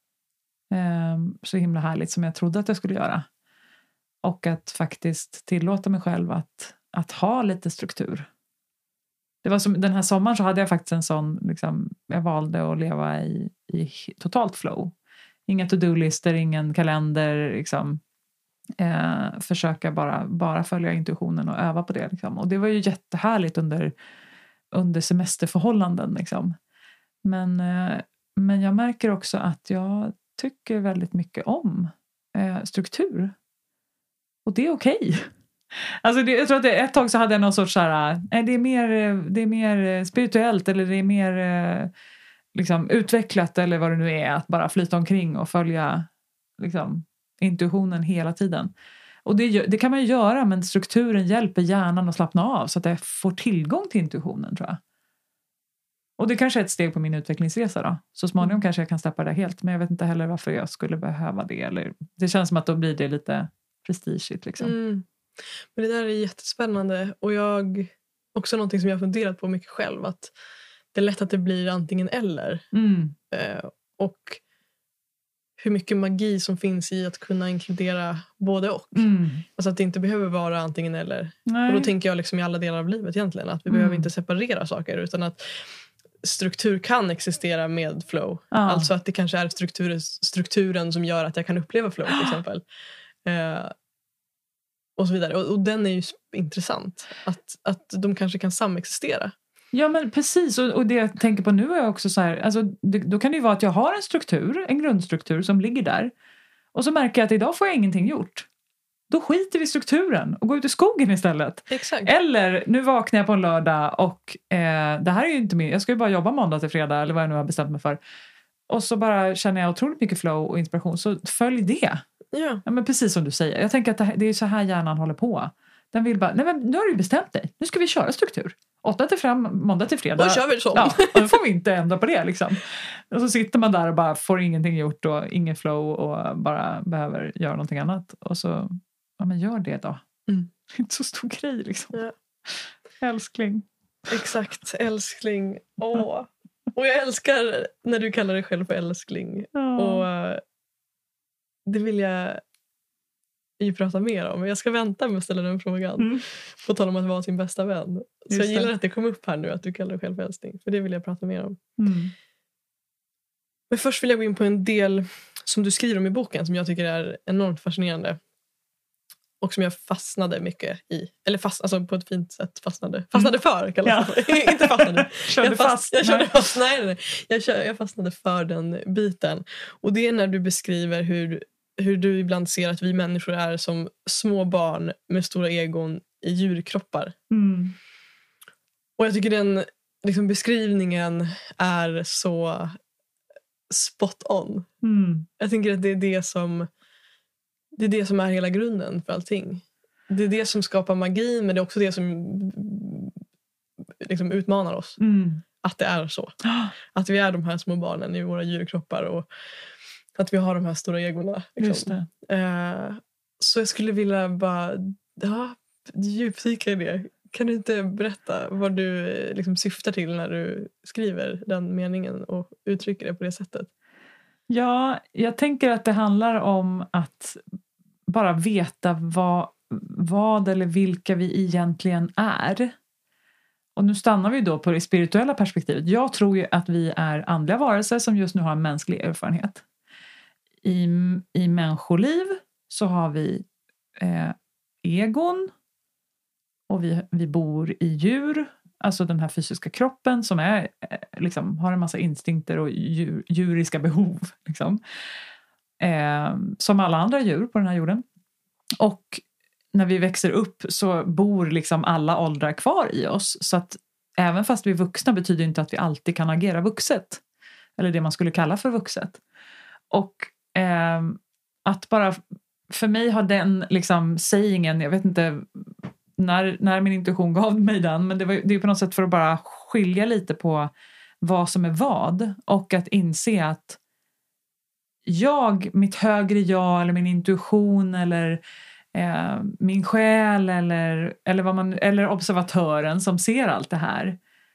så himla härligt som jag trodde att jag skulle göra. Och att faktiskt tillåta mig själv att ha lite struktur. Det var som den här sommaren, så hade jag faktiskt en sån, liksom, jag valde att leva i totalt flow. Inga to-do-lister, ingen kalender, liksom. Försöka bara följa intuitionen och öva på det. Liksom. Och det var ju jättehärligt under semesterförhållanden. Liksom. Men jag märker också att jag tycker väldigt mycket om struktur. Och det är okej. Alltså jag tror att ett tag så hade jag någon sorts så här, det är mer spirituellt, eller det är mer liksom utvecklat, eller vad det nu är, att bara flyta omkring och följa liksom intuitionen hela tiden. Och det kan man ju göra, men strukturen hjälper hjärnan att slappna av så att jag får tillgång till intuitionen, tror jag. Och det kanske är ett steg på min utvecklingsresa då. Så småningom kanske jag kan släppa det helt, men jag vet inte heller varför jag skulle behöva det. Eller, det känns som att då blir det lite prestigeigt liksom. Men det där är jättespännande, och jag också någonting som jag har funderat på mycket själv, att det är lätt att det blir antingen eller. Och hur mycket magi som finns i att kunna inkludera både och. Alltså att det inte behöver vara antingen eller. Nej. Och då tänker jag liksom i alla delar av livet egentligen. Att vi behöver inte separera saker, utan att struktur kan existera med flow. Alltså att det kanske är strukturen som gör att jag kan uppleva flow till exempel. Och så vidare. Och den är ju intressant. Att de kanske kan samexistera. Ja, men precis. Och det jag tänker på nu är också så här, alltså, då kan det ju vara att jag har en grundstruktur som ligger där. Och så märker jag att idag får jag ingenting gjort. Då skiter vi i strukturen och går ut i skogen istället. Exakt. Eller nu vaknar jag på en lördag och det här är ju inte min, jag ska ju bara jobba måndag till fredag eller vad jag nu har bestämt mig för. Och så bara känner jag otroligt mycket flow och inspiration, så följ det. Ja. Ja, men precis som du säger. Jag tänker att det är så här hjärnan håller på. Den vill bara, nej men nu har du bestämt dig. Nu ska vi köra struktur. 8-5, måndag till fredag. Då kör vi det så. Ja, och då får vi inte ändra på det liksom. Och så sitter man där och bara får ingenting gjort och ingen flow och bara behöver göra någonting annat. Och så, ja men gör det då. Det är inte så stor grej liksom. Ja. Älskling. Exakt, älskling. Åh. Och jag älskar när du kallar dig själv för älskling. Och det vill jag ju prata mer om. Men jag ska vänta med att ställa den frågan. På tal om att vara sin bästa vän. Så jag gillar att det kom upp här nu, att du kallar dig själv för älskling. För det vill jag prata mer om. Men först vill jag gå in på en del som du skriver om i boken, som jag tycker är enormt fascinerande. Och som jag fastnade mycket i. Eller alltså på ett fint sätt fastnade. Fastnade för, kallas det för. Inte fastnade. Jag fastnade för den biten. Och det är när du beskriver hur du ibland ser att vi människor är som små barn med stora egon i djurkroppar. Och jag tycker den liksom, beskrivningen är så spot on. Jag tänker att det är det som är hela grunden för allting. Det är det som skapar magi, men det är också det som liksom utmanar oss. Att det är så. Att vi är de här små barnen i våra djurkroppar och att vi har de här stora egorna. Liksom. Just det. Så jag skulle vilja bara djupdyka i det. Kan du inte berätta vad du liksom syftar till när du skriver den meningen och uttrycker det på det sättet? Ja, jag tänker att det handlar om att bara veta vad eller vilka vi egentligen är. Och nu stannar vi då på det spirituella perspektivet. Jag tror ju att vi är andliga varelser som just nu har en mänsklig erfarenhet. I människoliv så har vi egon och vi bor i djur. Alltså den här fysiska kroppen som är, liksom, har en massa instinkter och djuriska behov. Liksom. Som alla andra djur på den här jorden. Och när vi växer upp så bor liksom alla åldrar kvar i oss. Så att även fast vi är vuxna betyder inte att vi alltid kan agera vuxet. Eller det man skulle kalla för vuxet. Och att bara, för mig har den liksom sayingen, jag vet inte när min intuition gav mig den, men det är på något sätt för att bara skilja lite på vad som är vad och att inse att mitt högre jag eller min intuition eller min själ eller observatören som ser allt det här,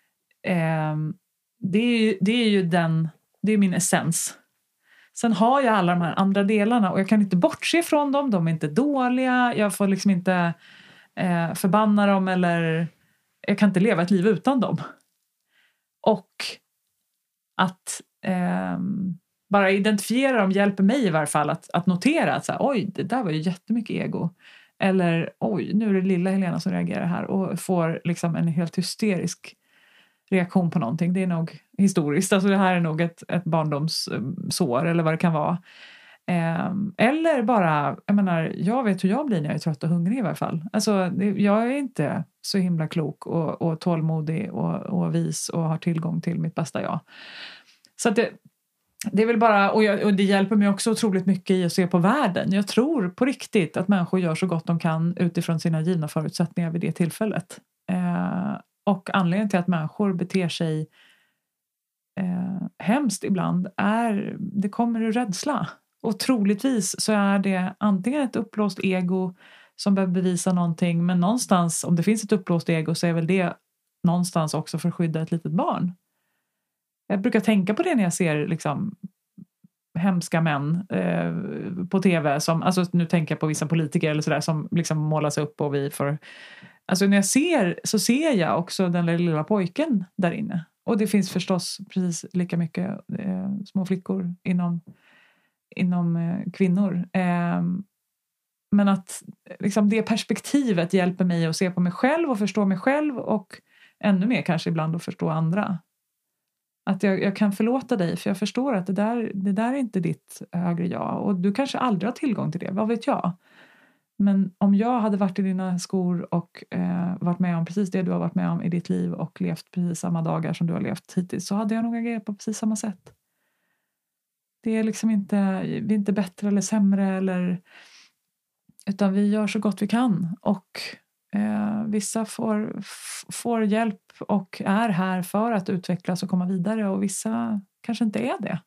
det är min essens. Sen har jag alla de här andra delarna och jag kan inte bortse från dem, de är inte dåliga, jag får liksom inte förbanna dem eller jag kan inte leva ett liv utan dem. Och att bara identifiera dem hjälper mig i varje fall att notera att så här, oj, det där var ju jättemycket ego. Eller oj, nu är det lilla Helena som reagerar här och får liksom en helt hysterisk reaktion på någonting. Det är nog historiskt. Alltså det här är nog ett barndomssår eller vad det kan vara. Eller bara, jag vet hur jag blir när jag är trött och hungrig i varje fall. Alltså jag är inte så himla klok och tålmodig och vis och har tillgång till mitt bästa jag. Så att det är väl bara, och det hjälper mig också otroligt mycket i att se på världen. Jag tror på riktigt att människor gör så gott de kan utifrån sina givna förutsättningar vid det tillfället. Och anledningen till att människor beter sig hemskt ibland det kommer ur rädsla. Och troligtvis så är det antingen ett uppblåst ego som behöver bevisa någonting, men någonstans, om det finns ett uppblåst ego så är väl det någonstans också för att skydda ett litet barn. Jag brukar tänka på det när jag ser liksom hemska män på tv. Alltså nu tänker jag på vissa politiker eller sådär som liksom målas upp och vi får... Alltså när jag ser jag också den lilla pojken där inne. Och det finns förstås precis lika mycket små flickor inom kvinnor. Men att liksom det perspektivet hjälper mig att se på mig själv och förstå mig själv och ännu mer kanske ibland att förstå andra. Att jag kan förlåta dig för jag förstår att det där är inte ditt högre jag. Och du kanske aldrig har tillgång till det, vad vet jag. Men om jag hade varit i dina skor och varit med om precis det du har varit med om i ditt liv och levt precis samma dagar som du har levt hittills så hade jag nog agerat på precis samma sätt. Det är liksom inte, vi är inte bättre eller sämre utan vi gör så gott vi kan och vissa får hjälp och är här för att utvecklas och komma vidare och vissa kanske inte är det.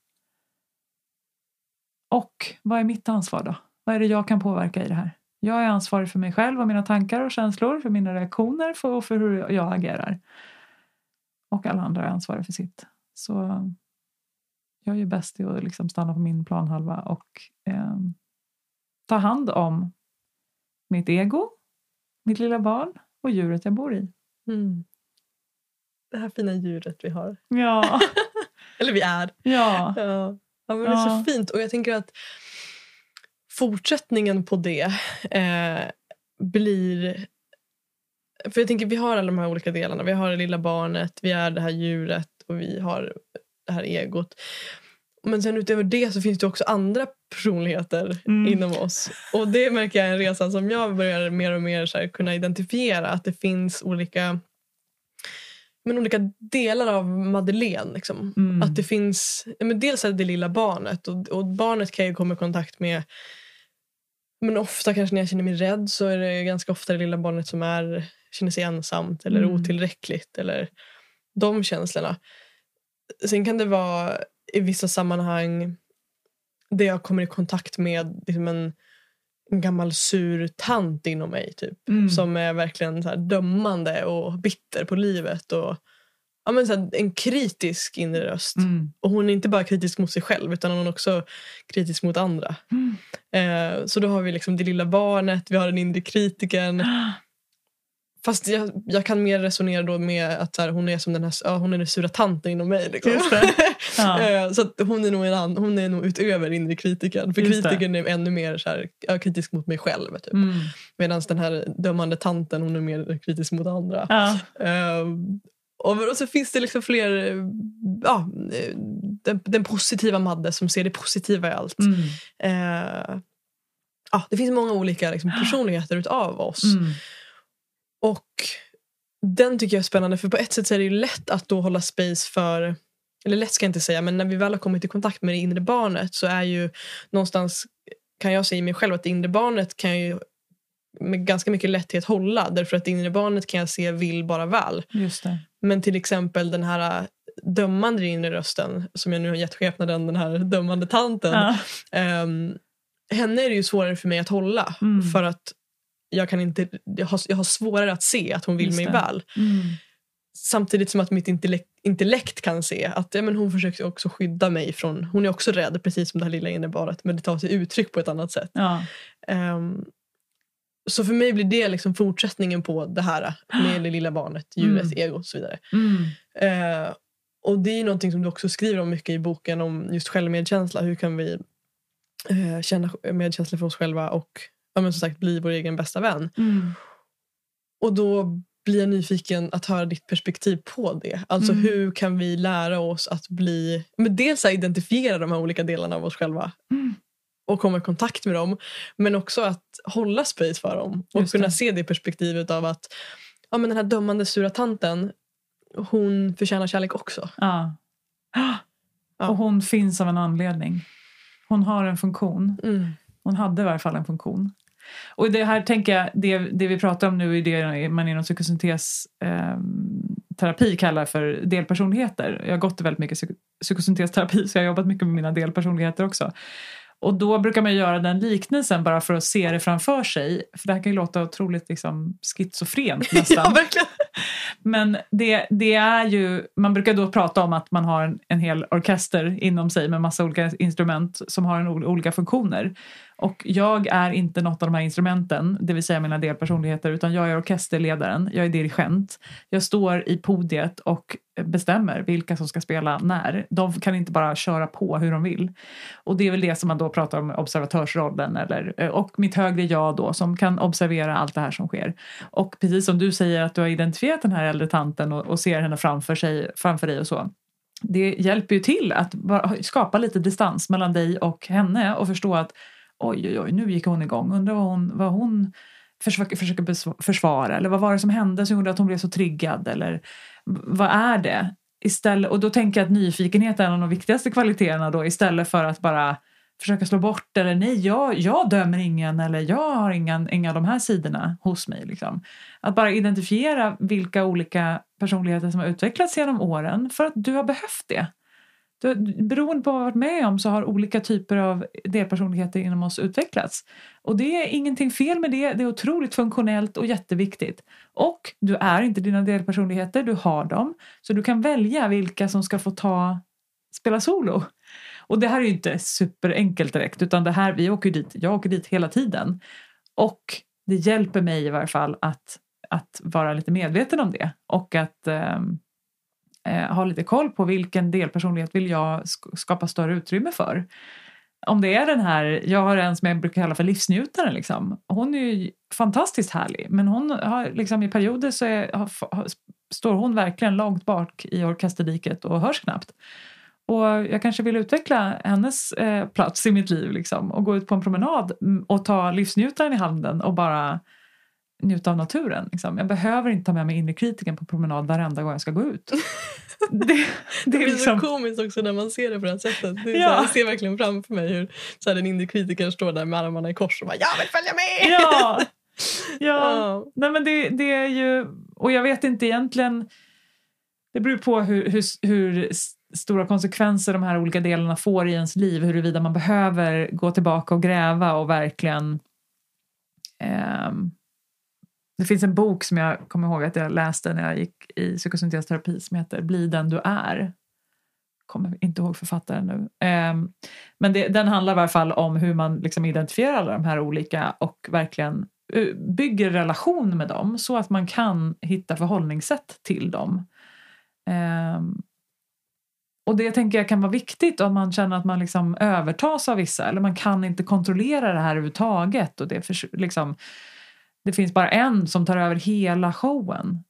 Och vad är mitt ansvar då? Vad är det jag kan påverka i det här? Jag är ansvarig för mig själv och mina tankar och känslor, för mina reaktioner och för hur jag agerar. Och alla andra är ansvariga för sitt. Så jag är ju bäst i att liksom stanna på min planhalva och ta hand om mitt ego, mitt lilla barn och djuret jag bor i. Mm. Det här fina djuret vi har. Ja. Eller vi är. Ja. Ja, men det är så fint. Och jag tänker att fortsättningen på det blir... För jag tänker vi har alla de här olika delarna. Vi har det lilla barnet, vi är det här djuret och vi har det här egot. Men sen utöver det så finns det också andra personligheter inom oss. Och det märker jag är en resa som jag börjar mer och mer så här kunna identifiera. Att det finns olika delar av Madeleine. Liksom. Att det finns... Men dels är det lilla barnet. Och barnet kan ju komma i kontakt med... Men ofta kanske när jag känner mig rädd så är det ganska ofta det lilla barnet som känner sig ensamt eller otillräckligt. Eller de känslorna. Sen kan det vara i vissa sammanhang där jag kommer i kontakt med liksom en gammal sur tant inom mig typ. Som är verkligen så här dömande och bitter på livet och ja, men så här, en kritisk inre röst. Och hon är inte bara kritisk mot sig själv utan hon är också kritisk mot andra. Så då har vi liksom det lilla barnet, vi har den inre kritiken. Fast jag kan mer resonera då med att så här, hon är som hon är den sura tanten inom mig liksom. Ja. Så att hon är nog utöver inre kritiken. För kritiken är ännu mer så här, kritisk mot mig själv typ. Medan den här dömande tanten hon är mer kritisk mot andra. Ja. Och så finns det liksom fler den positiva Madde som ser det positiva i allt. Det finns många olika liksom, personligheter utav oss. Och den tycker jag är spännande för på ett sätt så är det ju lätt att då hålla space för, eller lätt ska jag inte säga, men när vi väl har kommit i kontakt med det inre barnet så är ju någonstans, kan jag säga i mig själv att det inre barnet kan jag ju med ganska mycket lätthet hålla, därför att det inre barnet kan jag se vill bara väl. Just det. Men till exempel den här dömande inre rösten som jag nu har gett skepnaden, den här dömande tanten, henne är det ju svårare för mig att hålla för att jag har svårare att se att hon vill mig väl. Samtidigt som att mitt intellekt kan se att men hon försöker också skydda mig från, hon är också rädd precis som det här lilla innebaret, men det tar sig uttryck på ett annat sätt. Så för mig blir det liksom fortsättningen på det här med det lilla barnet, djuret, ego och så vidare. Och det är någonting som du också skriver om mycket i boken om just självmedkänsla. Hur kan vi känna medkänsla för oss själva och som sagt bli vår egen bästa vän. Och då blir jag nyfiken att höra ditt perspektiv på det. Alltså hur kan vi lära oss att bli, men dels att identifiera de här olika delarna av oss själva och komma i kontakt med dem, men också att hålla space för dem och kunna se det perspektivet av att men den här dömande sura tanten, hon förtjänar kärlek också. Ja. Och hon finns av en anledning. Hon har en funktion. Hon hade i varje fall en funktion. Och det här tänker jag, det vi pratar om nu är det man inom psykosyntesterapi kallar för delpersonligheter. Jag har gått väldigt mycket psykosyntesterapi så jag har jobbat mycket med mina delpersonligheter också. Och då brukar man göra den liknelsen bara för att se det framför sig. För det här kan ju låta otroligt liksom schizofrent nästan. Ja, verkligen. Men det är ju, man brukar då prata om att man har en hel orkester inom sig med massa olika instrument som har olika funktioner. Och jag är inte något av de här instrumenten, det vill säga mina delpersonligheter, utan jag är orkesterledaren, jag är dirigent. Jag står i podiet och bestämmer vilka som ska spela när. De kan inte bara köra på hur de vill. Och det är väl det som man då pratar om observatörsrollen och mitt högre jag då som kan observera allt det här som sker. Och precis som du säger att du har identifierat den här äldre tanten och ser henne framför dig och så. Det hjälper ju till att bara skapa lite distans mellan dig och henne och förstå att oj, nu gick hon igång. Undrar vad hon försöker försvara. Eller vad var det som hände som gjorde att hon blev så triggad? Eller vad är det? Och då tänker jag att nyfikenhet är en av de viktigaste kvaliteterna då. Istället för att bara försöka slå bort. Eller nej, jag dömer ingen. Eller jag har inga av de här sidorna hos mig. Liksom. Att bara identifiera vilka olika personligheter som har utvecklats genom åren. För att du har behövt det. Beroende på vad du har varit med om så har olika typer av delpersonligheter inom oss utvecklats. Och det är ingenting fel med det. Det är otroligt funktionellt och jätteviktigt. Och du är inte dina delpersonligheter, du har dem. Så du kan välja vilka som ska få spela solo. Och det här är ju inte superenkelt direkt. Utan det här, jag åker dit hela tiden. Och det hjälper mig i varje fall att vara lite medveten om det. Och att ha lite koll på vilken delpersonlighet vill jag skapa större utrymme för. Om det är den här, jag har en som jag brukar kalla för livsnjutaren liksom. Hon är ju fantastiskt härlig, men hon har liksom i perioder så står hon verkligen långt bak i orkesterdiket och hörs knappt. Och jag kanske vill utveckla hennes plats i mitt liv liksom, och gå ut på en promenad och ta livsnjutaren i handen och bara njuta av naturen. Liksom. Jag behöver inte ta med mig inre kritiken på promenad varenda gång jag ska gå ut. Det blir liksom så komiskt också när man ser det på det här sättet. Det är så här, jag ser verkligen framför mig hur så här, den inre kritikern står där med armarna i kors och bara, jag vill följa med! Ja. Nej, men det är ju, och jag vet inte egentligen, det beror på hur stora konsekvenser de här olika delarna får i ens liv, huruvida man behöver gå tillbaka och gräva och verkligen det finns en bok som jag kommer ihåg att jag läste när jag gick i psykosyntesterapi som heter Bli den du är. Kommer inte ihåg författaren nu. Men den handlar i alla fall om hur man liksom identifierar alla de här olika och verkligen bygger relation med dem så att man kan hitta förhållningssätt till dem. Och det tänker jag kan vara viktigt om man känner att man liksom övertas av vissa eller man kan inte kontrollera det här överhuvudtaget och det liksom det finns bara en som tar över hela showen.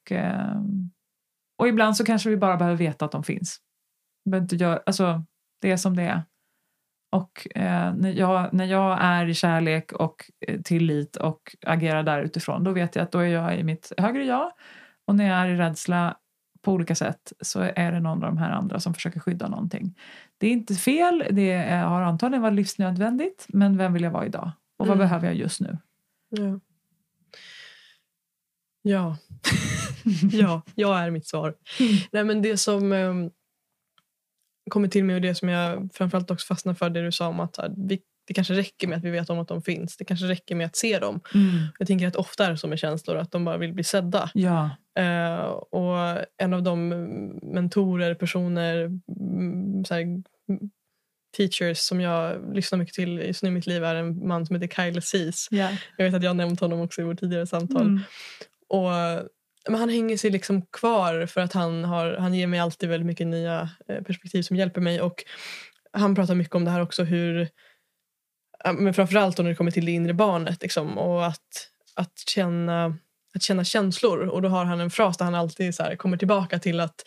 Och ibland så kanske vi bara behöver veta att de finns. Alltså, det är som det är. Och när jag är i kärlek och tillit och agerar där utifrån, då vet jag att då är jag i mitt högre jag. Och när jag är i rädsla på olika sätt så är det någon av de här andra som försöker skydda någonting. Det är inte fel, det har antagligen varit livsnödvändigt, men vem vill jag vara idag? Och vad behöver jag just nu? Ja. Ja, jag är mitt svar. Nej, men det som kommer till mig och det som jag framförallt också fastnar för det du sa om att det kanske räcker med att vi vet om att de finns. Det kanske räcker med att se dem. Jag tänker att ofta är det som med känslor att de bara vill bli sedda. Ja. Och en av de mentorer, personer, så här, teachers som jag lyssnar mycket till just nu i mitt liv är en man som heter Kyle Cease. Yeah. Jag vet att jag har nämnt honom också i vårt tidigare samtal. Men han hänger sig liksom kvar för att han ger mig alltid väldigt mycket nya perspektiv som hjälper mig. Och han pratar mycket om det här också men framförallt när det kommer till det inre barnet liksom, och att känna känslor. Och då har han en fras där han alltid så här, kommer tillbaka till att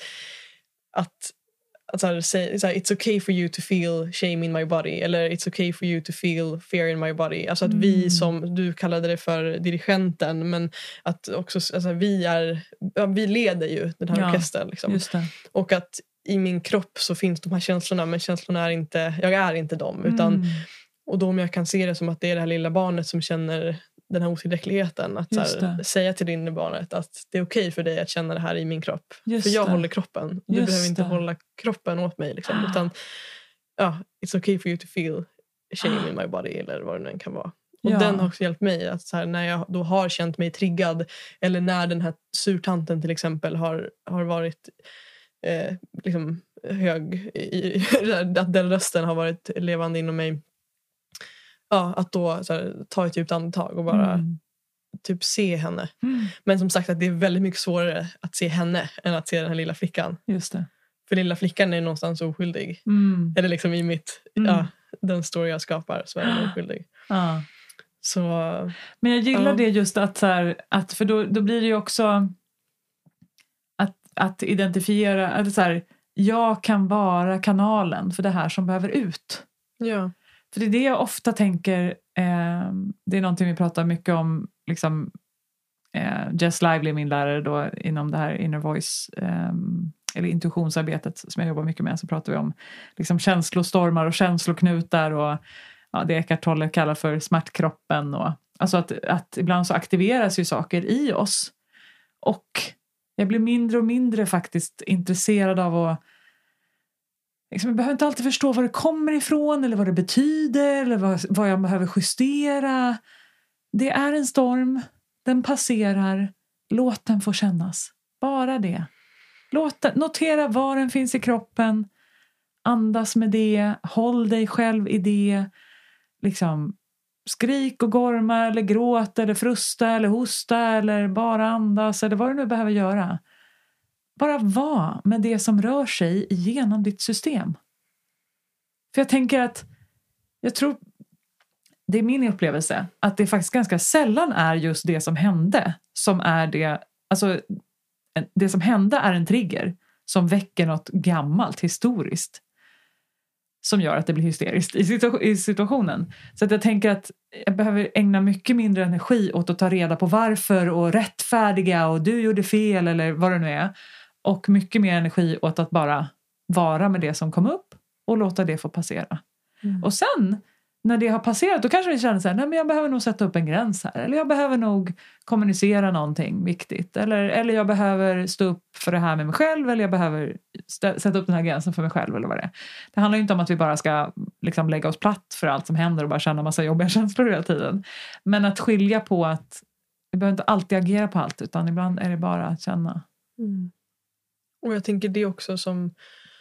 så här, it's okay for you to feel shame in my body eller it's okay for you to feel fear in my body. Alltså att vi, som du kallade det för dirigenten, men att också alltså, vi leder ju den här orkestern liksom. Just det. Och att i min kropp så finns de här känslorna, men känslorna jag är inte dem utan, och då om jag kan se det som att det är det här lilla barnet som känner den här otillräckligheten, att så här, säga till det inre barnet att det är okej för dig att känna det här i min kropp. För jag håller kroppen. Du behöver inte hålla kroppen åt mig liksom, utan it's okay for you to feel shame in my body eller vad det nu kan vara. Och den har också hjälpt mig att så här, när jag då har känt mig triggad eller när den här surtanten till exempel har varit liksom hög att den rösten har varit levande inom mig, att då så här, ta ett djupt andetag och bara typ se henne. Men som sagt att det är väldigt mycket svårare att se henne än att se den här lilla flickan. Just det. För lilla flickan är någonstans oskyldig. Eller liksom i mitt den story jag skapar så är den oskyldig. Så, men jag gillar det just att, så här, att för då blir det ju också att identifiera att så här, jag kan vara kanalen för det här som behöver ut. Ja. För det är det jag ofta tänker, det är någonting vi pratar mycket om liksom, Jess Lively, min lärare då, inom det här inner voice eller intuitionsarbetet som jag jobbar mycket med, så pratar vi om liksom känslostormar och känsloknutar och det Eckhart Tolle kallar för smärtkroppen. Och, alltså att ibland så aktiveras ju saker i oss. Och jag blir mindre och mindre faktiskt intresserad av att... Liksom, jag behöver inte alltid förstå var det kommer ifrån eller vad det betyder eller vad jag behöver justera. Det är en storm, den passerar, låt den få kännas. Bara det. Notera var den finns i kroppen, andas med det, håll dig själv i det. Liksom, skrik och gorma eller gråta eller frusta eller hosta eller bara andas eller vad du nu behöver göra. Bara var med det som rör sig genom ditt system. För jag tänker att jag tror, det är min upplevelse, att det faktiskt ganska sällan är just det som hände som är det, alltså det som hände är en trigger som väcker något gammalt historiskt som gör att det blir hysteriskt i situationen. Så att jag tänker att jag behöver ägna mycket mindre energi åt att ta reda på varför och rättfärdiga och du gjorde fel eller vad det nu är. Och mycket mer energi åt att bara vara med det som kom upp och låta det få passera. Och sen när det har passerat, då kanske vi känner så här, nej men jag behöver nog sätta upp en gräns här. Eller jag behöver nog kommunicera någonting viktigt. Eller jag behöver stå upp för det här med mig själv. Eller jag behöver sätta upp den här gränsen för mig själv. Eller vad det är. Det handlar ju inte om att vi bara ska liksom lägga oss platt för allt som händer och bara känna massa jobbiga känslor hela tiden. Men att skilja på att vi behöver inte alltid agera på allt, utan ibland är det bara att känna. Och jag tänker det också som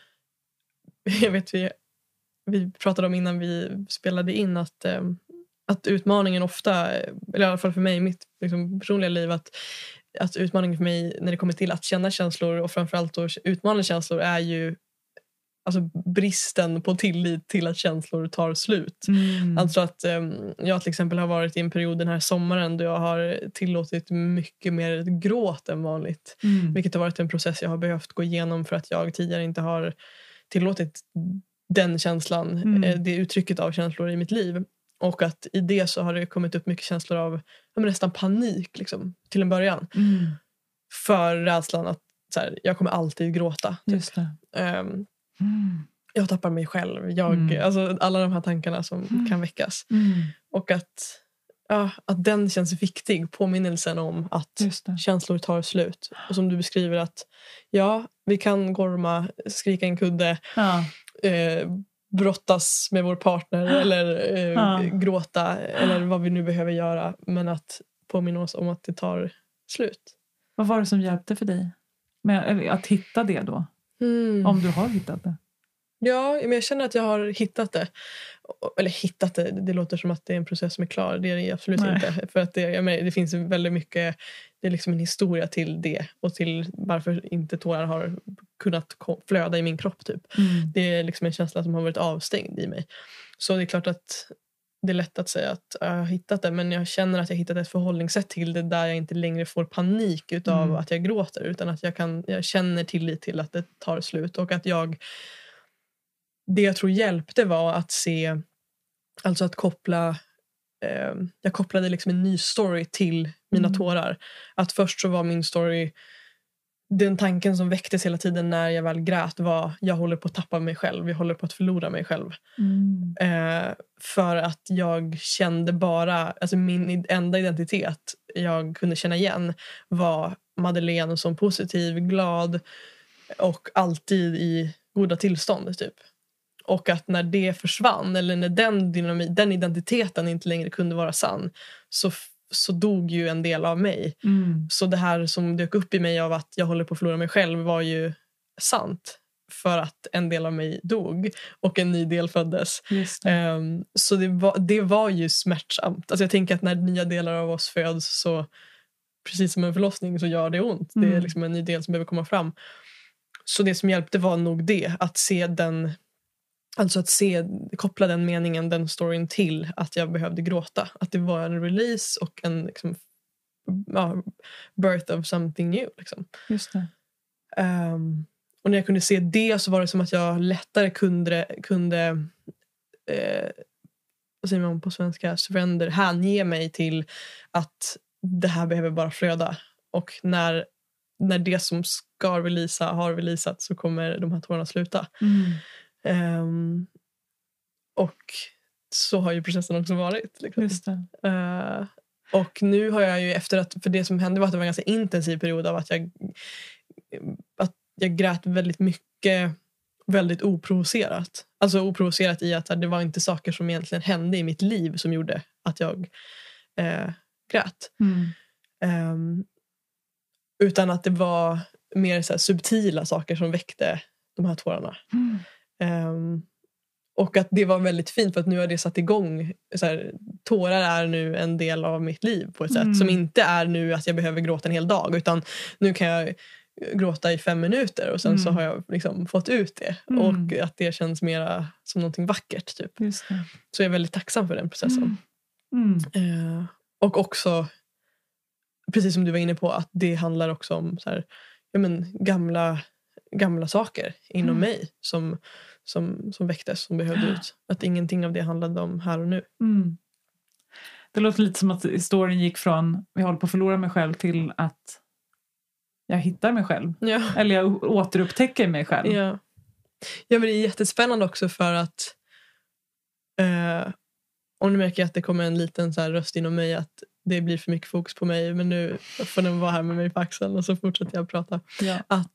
jag vet vi pratade om innan vi spelade in att utmaningen ofta, eller i alla fall för mig i mitt liksom, personliga liv, att utmaningen för mig när det kommer till att känna känslor och framförallt då utmanande känslor är ju alltså bristen på tillit till att känslor tar slut. Alltså att jag till exempel har varit i en period den här sommaren då jag har tillåtit mycket mer gråt än vanligt. Vilket har varit en process jag har behövt gå igenom för att jag tidigare inte har tillåtit den känslan, det uttrycket av känslor i mitt liv. Och att i det så har det kommit upp mycket känslor av nästan panik liksom, till en början. För rädslan att så här, jag kommer alltid gråta. Typ. Just det. Jag tappar mig själv. Alltså, alla de här tankarna som kan väckas. Och att den känns viktig, påminnelsen om att känslor tar slut. Och som du beskriver att vi kan gorma, skrika en kudde, brottas med vår partner eller gråta eller vad vi nu behöver göra, men att påminna oss om att det tar slut. Vad var det som hjälpte för dig med att hitta det då? Om du har hittat det? Ja, men jag känner att jag har hittat det. Eller hittat det, det låter som att det är en process som är klar. Det är det absolut inte. För att det finns väldigt mycket, det är liksom en historia till det. Och till varför inte tårar har kunnat flöda i min kropp typ. Det är liksom en känsla som har varit avstängd i mig. Så det är klart att det är lätt att säga att jag har hittat det. Men jag känner att jag har hittat ett förhållningssätt till det där jag inte längre får panik utav att jag gråter. Utan att jag känner tillit till att det tar slut. Och att det jag tror hjälpte var att se, alltså att koppla, jag kopplade liksom en ny story till mina tårar. Att först så var min story, den tanken som väcktes hela tiden när jag väl grät var, jag håller på att tappa mig själv, jag håller på att förlora mig själv. För att jag kände bara, alltså min enda identitet jag kunde känna igen var Madeleine som positiv, glad och alltid i goda tillstånd typ. Och att när det försvann, eller när den identiteten inte längre kunde vara sann, så dog ju en del av mig. Så det här som dök upp i mig av att jag håller på att förlora mig själv var ju sant. För att en del av mig dog och en ny del föddes. Så det var ju smärtsamt. Alltså jag tänker att när nya delar av oss föds, så precis som en förlossning, så gör det ont. Det är liksom en ny del som behöver komma fram. Så det som hjälpte var nog det. Att se den, alltså att koppla den meningen, den storyn till att jag behövde gråta. Att det var en release och en liksom, birth of something new. Liksom. Just det. Och när jag kunde se det, så var det som att jag lättare kunde vad säger man på svenska, surrender, hänge mig till att det här behöver bara flöda. Och när det som ska releasa har releasat, så kommer de här tårarna sluta. Och så har ju processen också varit. Liksom. Just det. Och nu har jag ju för det som hände var att det var en ganska intensiv period av att jag grät väldigt mycket, väldigt oprovocerat. Alltså oprovocerat i att det var inte saker som egentligen hände i mitt liv som gjorde att jag grät. Utan att det var mer så här subtila saker som väckte de här tårarna. Och att det var väldigt fint, för att nu har det satt igång. Så här, tårar är nu en del av mitt liv på ett sätt som inte är nu att jag behöver gråta en hel dag. Utan nu kan jag gråta i 5 minuter och sen så har jag liksom fått ut det. Och att det känns mera som någonting vackert. Typ. Just det. Så jag är väldigt tacksam för den processen. Och också, precis som du var inne på, att det handlar också om så här, gamla saker inom mig som väcktes, som behövde ut. Att ingenting av det handlade om här och nu. Det låter lite som att historien gick från jag håller på att förlora mig själv till att jag hittar mig själv. Ja. Eller jag återupptäcker mig själv. Ja, men det är jättespännande också för att och nu märker jag att det kommer en liten så här röst inom mig att det blir för mycket fokus på mig, men nu får den vara här med mig på axeln och så fortsätter jag prata. Ja.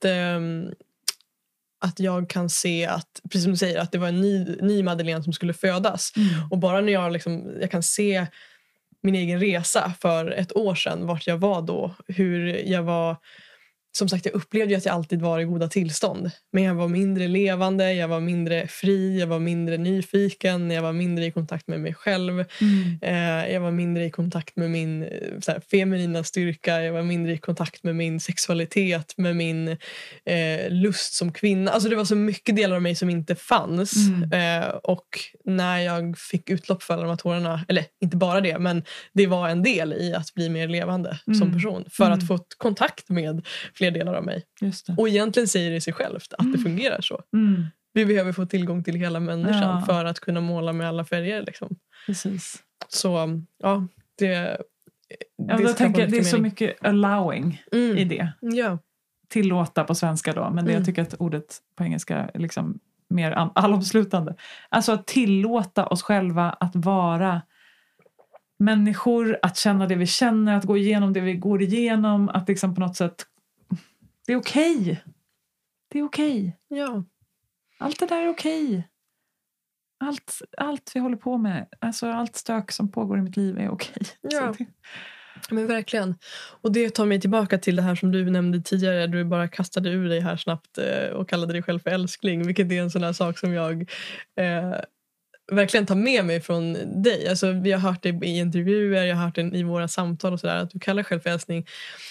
Att jag kan se att, precis som du säger, att det var en ny Madeleine som skulle födas. Och bara när jag kan se min egen resa för 1 år sedan, vart jag var då, hur jag var. Som sagt, jag upplevde ju att jag alltid var i goda tillstånd. Men jag var mindre levande, jag var mindre fri, jag var mindre nyfiken, jag var mindre i kontakt med mig själv. Jag var mindre i kontakt med min så här, feminina styrka, jag var mindre i kontakt med min sexualitet, med min lust som kvinna. Alltså det var så mycket delar av mig som inte fanns. Och när jag fick utlopp för alla de här tårarna, eller inte bara det, men det var en del i att bli mer levande som person. För att få kontakt med fler delar av mig. Just det. Och egentligen säger det sig självt att det fungerar så. Vi behöver få tillgång till hela människan för att kunna måla med alla färger. Liksom. Precis. Så ja, det jag tänker, det är så mycket allowing i det. Ja. Tillåta på svenska då. Men det jag tycker att ordet på engelska är liksom mer allomslutande. Alltså att tillåta oss själva att vara människor, att känna det vi känner, att gå igenom det vi går igenom, att liksom på något sätt det är okej. Det är okej. Ja. Allt det där är okej. Allt vi håller på med, alltså allt stök som pågår i mitt liv är okej. Ja. Men verkligen. Och det tar mig tillbaka till det här som du nämnde tidigare. Du bara kastade ur dig här snabbt och kallade dig själv för älskling. Vilket är en sån här sak som jag verkligen tar med mig från dig. Alltså, vi har hört det i intervjuer, jag har hört det i våra samtal och sådär. Att du kallar dig själv för älskling.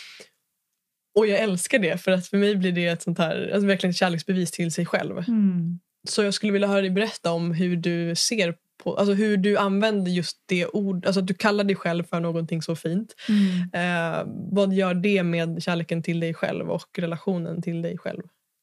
Och jag älskar det, för att för mig blir det ett sånt här, alltså verkligen kärleksbevis till sig själv. Så jag skulle vilja höra dig berätta om hur du ser på, alltså hur du använder just det ord, alltså att du kallar dig själv för någonting så fint. Vad gör det med kärleken till dig själv och relationen till dig själv?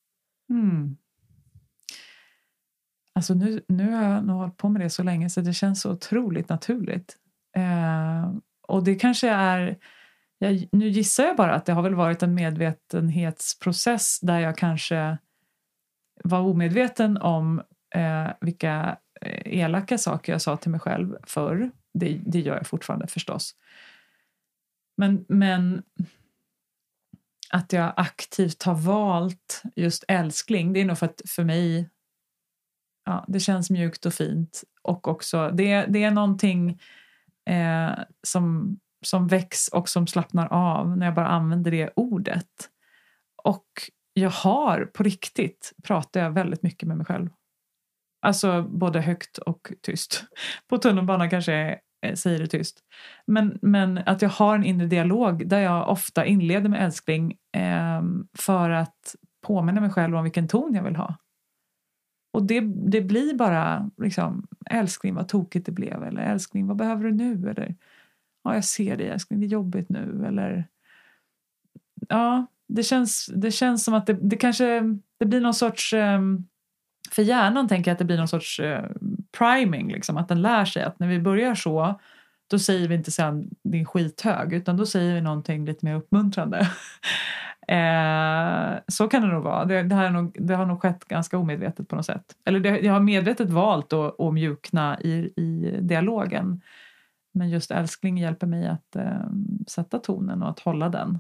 Alltså nu har jag nog hållit på med det så länge så det känns så otroligt naturligt. Och det kanske är, nu gissar jag bara att det har väl varit en medvetenhetsprocess där jag kanske var omedveten om vilka elaka saker jag sa till mig själv förr. Det gör jag fortfarande förstås. Men att jag aktivt har valt just älskling, det är nog för att för mig det känns mjukt och fint. Och också, det är någonting som väcks och som slappnar av när jag bara använder det ordet. Och jag har på riktigt pratar jag väldigt mycket med mig själv. Alltså både högt och tyst. På tunnelbanan kanske jag säger det tyst. Men att jag har en inre dialog där jag ofta inleder med älskling för att påminna mig själv om vilken ton jag vill ha. Och det blir bara liksom, älskling vad tokigt det blev. Eller älskling vad behöver du nu? Eller ja, jag ser dig älskling, det är jobbigt nu. Eller ja, det känns som att det kanske det blir någon sorts för hjärnan tänker jag att det blir någon sorts priming liksom, att den lär sig att när vi börjar så då säger vi inte sen din skithög utan då säger vi någonting lite mer uppmuntrande. Så kan det nog vara. Det har nog skett ganska omedvetet på något sätt. Eller jag har medvetet valt att mjukna i dialogen. Men just älskling hjälper mig att sätta tonen och att hålla den.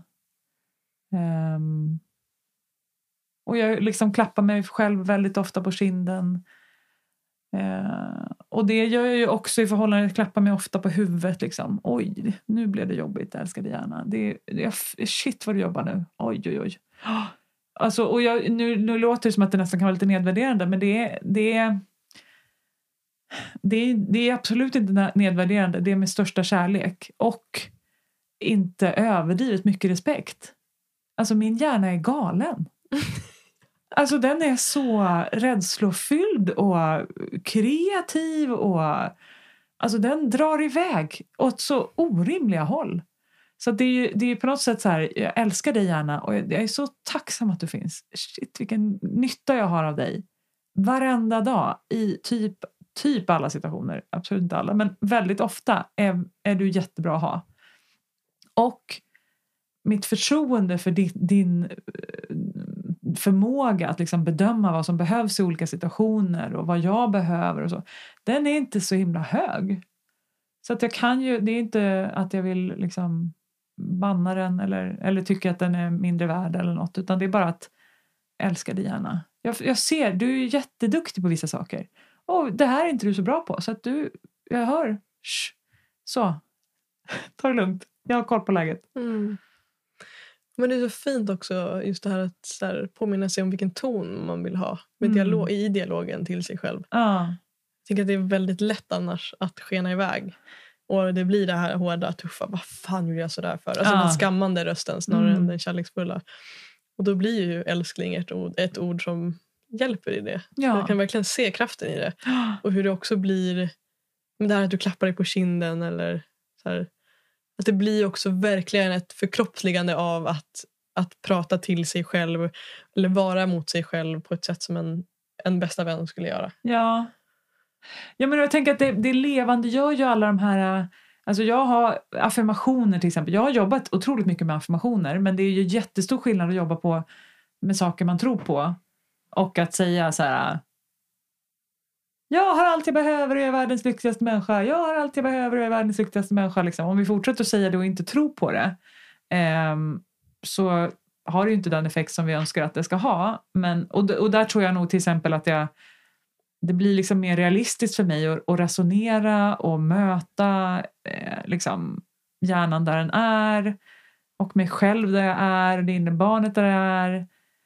Och jag liksom klappar mig själv väldigt ofta på kinden. Och det gör jag ju också i förhållande till att klappa mig ofta på huvudet. Liksom. Oj, nu blev det jobbigt, jag älskar det gärna. Shit vad du jobbar nu. Oj. Alltså, och nu låter det som att det nästan kan vara lite nedvärderande. Men det är absolut inte nedvärderande. Det är med största kärlek. Och inte överdrivet mycket respekt. Alltså min hjärna är galen. Alltså den är så rädslofylld och kreativ och alltså den drar iväg åt så orimliga håll. Så det är på något sätt så här, jag älskar dig gärna och jag är så tacksam att du finns. Shit, vilken nytta jag har av dig. Varenda dag i typ alla situationer, absolut inte alla, men väldigt ofta är du jättebra att ha. Och mitt förtroende för din förmåga att liksom bedöma vad som behövs i olika situationer och vad jag behöver och så, den är inte så himla hög. Så att jag kan ju, det är inte att jag vill liksom banna den eller tycka att den är mindre värd eller något, utan det är bara att älska dig gärna. Jag ser, du är jätteduktig på vissa saker. Och det här är inte du så bra på, så att jag hör, så, ta det lugnt, jag har koll på läget. Men det är så fint också just det här att så här, påminna sig om vilken ton man vill ha med i dialogen till sig själv. Jag tycker att det är väldigt lätt annars att skena iväg. Och det blir det här hårda, tuffa, vad fan gjorde jag sådär för? Alltså den skammande rösten snarare än den kärleksfulla. Och då blir ju älskling ett ord som hjälper i det. Ja. Jag kan verkligen se kraften i det. Och hur det också blir med det här att du klappar dig på kinden eller så här. Att det blir också verkligen ett förkroppsligande av att prata till sig själv eller vara mot sig själv på ett sätt som en bästa vän skulle göra. Ja, men jag tänker att det levande gör ju alla de här, alltså jag har affirmationer till exempel. Jag har jobbat otroligt mycket med affirmationer, men det är ju jättestor skillnad att jobba med saker man tror på och att säga så här: jag har allt jag behöver och jag är världens lyckligaste människa. Jag har allt jag behöver och jag är världens lyckligaste människa. Liksom. Om vi fortsätter att säga det och inte tro på det så har det ju inte den effekt som vi önskar att det ska ha. Och där tror jag nog till exempel att det blir liksom mer realistiskt för mig att resonera och möta liksom hjärnan där den är och mig själv där jag är, det inre barnet där jag är.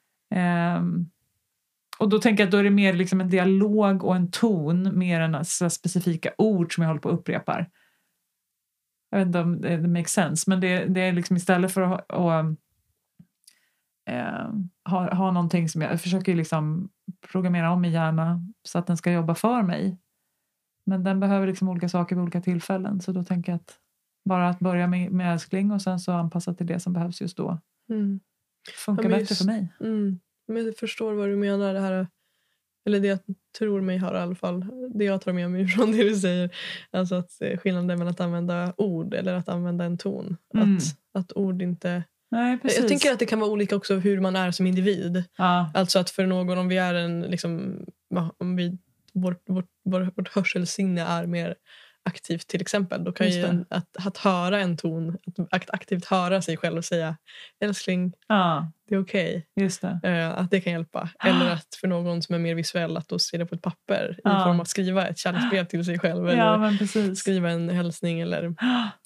Och då tänker jag att då är det mer liksom en dialog och en ton mer än så specifika ord som jag håller på att upprepar. Jag vet inte om det makes sense, men det är liksom istället för att ha någonting som jag försöker liksom programmera om i hjärnan så att den ska jobba för mig. Men den behöver liksom olika saker vid olika tillfällen, så då tänker jag att bara att börja med älskling och sen så anpassa till det som behövs just då. Funkar bättre för mig. Men jag förstår vad du menar, det här, eller det jag tror mig höra i alla fall, det jag tar med mig från det du säger, alltså att skillnaden mellan att använda ord eller att använda en ton, att ord inte. Nej, precis. Jag tänker att det kan vara olika också hur man är som individ. Alltså att för någon, om vi är en liksom, om vi vårt hörselsinne är mer aktivt till exempel. Då kan ju att höra en ton, att aktivt höra sig själv och säga älskling, det är okej. Just det. Att det kan hjälpa. Eller att för någon som är mer visuell att då se det på ett papper i form av att skriva ett kärleksbrev till sig själv. Eller skriva en hälsning. Eller,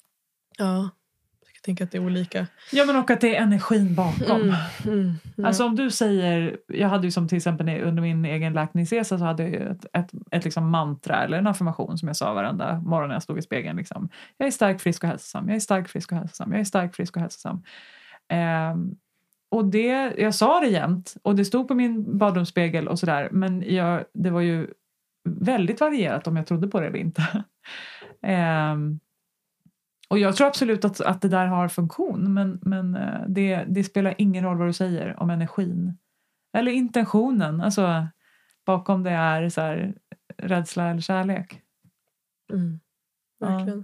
jag tänker att det är olika. Ja, men och att det är energin bakom. Alltså om du säger, jag hade ju som till exempel under min egen läkningsresa så hade jag ett liksom mantra eller en affirmation som jag sa varenda morgon när jag stod i spegeln. Liksom. Jag är stark, frisk och hälsosam. Jag är stark, frisk och hälsosam. Jag är stark, frisk och hälsosam. Och det, jag sa det jämt och det stod på min badrumsspegel och sådär. Men det var ju väldigt varierat om jag trodde på det eller inte. Och jag tror absolut att det där har funktion. Men det spelar ingen roll vad du säger om energin. Eller intentionen. Alltså bakom det är så här, rädsla eller kärlek. Verkligen.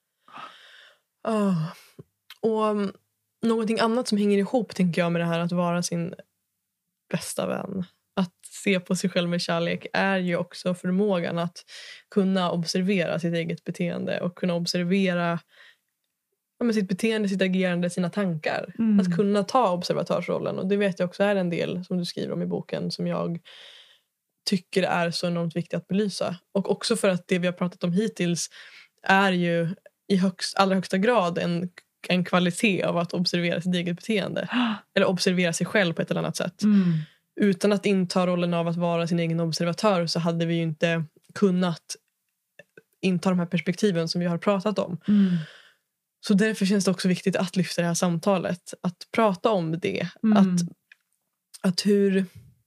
Och någonting annat som hänger ihop tänker jag med det här att vara sin bästa vän. Att se på sig själv med kärlek är ju också förmågan att kunna observera sitt eget beteende och kunna observera sitt beteende, sitt agerande, sina tankar. Att kunna ta observatörsrollen. Och det vet jag också är en del som du skriver om i boken som jag tycker är så enormt viktigt att belysa. Och också för att det vi har pratat om hittills är ju i allra högsta grad en kvalitet av att observera sitt eget beteende. Eller observera sig själv på ett eller annat sätt. Utan att inta rollen av att vara sin egen observatör så hade vi ju inte kunnat inta de här perspektiven som vi har pratat om. Så därför känns det också viktigt att lyfta det här samtalet. Att prata om det. Att hur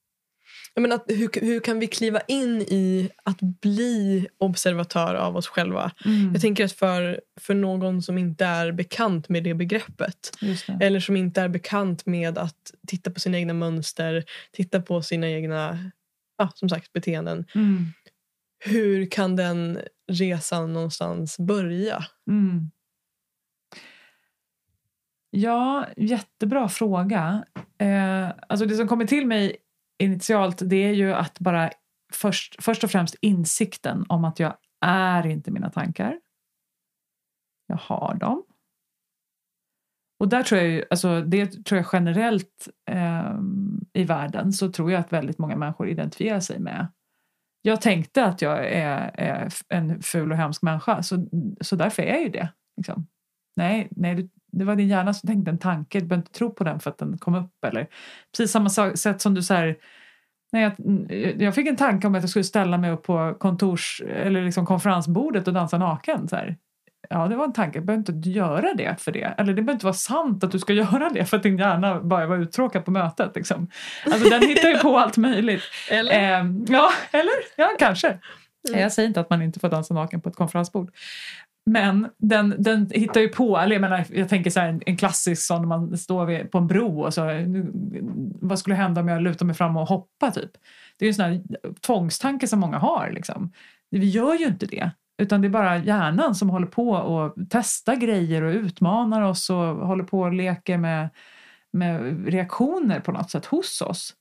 kan vi kliva in i att bli observatör av oss själva? Jag tänker att för någon som inte är bekant med det begreppet. Eller som inte är bekant med att titta på sina egna mönster. Titta på sina egna som sagt, beteenden. Hur kan den resan någonstans börja? Ja, jättebra fråga. Alltså det som kommer till mig initialt, det är ju att bara först och främst insikten om att jag är inte mina tankar. Jag har dem. Och där tror jag ju, alltså det tror jag generellt i världen så tror jag att väldigt många människor identifierar sig med. Jag tänkte att jag är en ful och hemsk människa, så därför är jag ju det. Liksom. Nej, det var din hjärna som tänkte en tanke. Du behöver inte tro på den för att den kom upp. Eller precis samma sätt som du säger. Jag fick en tanke om att jag skulle ställa mig upp på eller liksom konferensbordet och dansa naken. Så här. Ja, det var en tanke. Jag behöver inte göra det för det. Eller det behöver inte vara sant att du ska göra det för att din hjärna bara var uttråkad på mötet. Liksom. Alltså den hittar ju på allt möjligt. Eller? Ja, kanske. Jag säger inte att man inte får dansa naken på ett konferensbord. Men den hittar ju på, eller jag tänker så här en klassisk sån när man står på en bro och så, vad skulle hända om jag lutar mig fram och hoppar typ. Det är ju en sån här tvångstanke som många har liksom. Vi gör ju inte det, utan det är bara hjärnan som håller på och testar grejer och utmanar oss och håller på och leker med reaktioner på något sätt hos oss.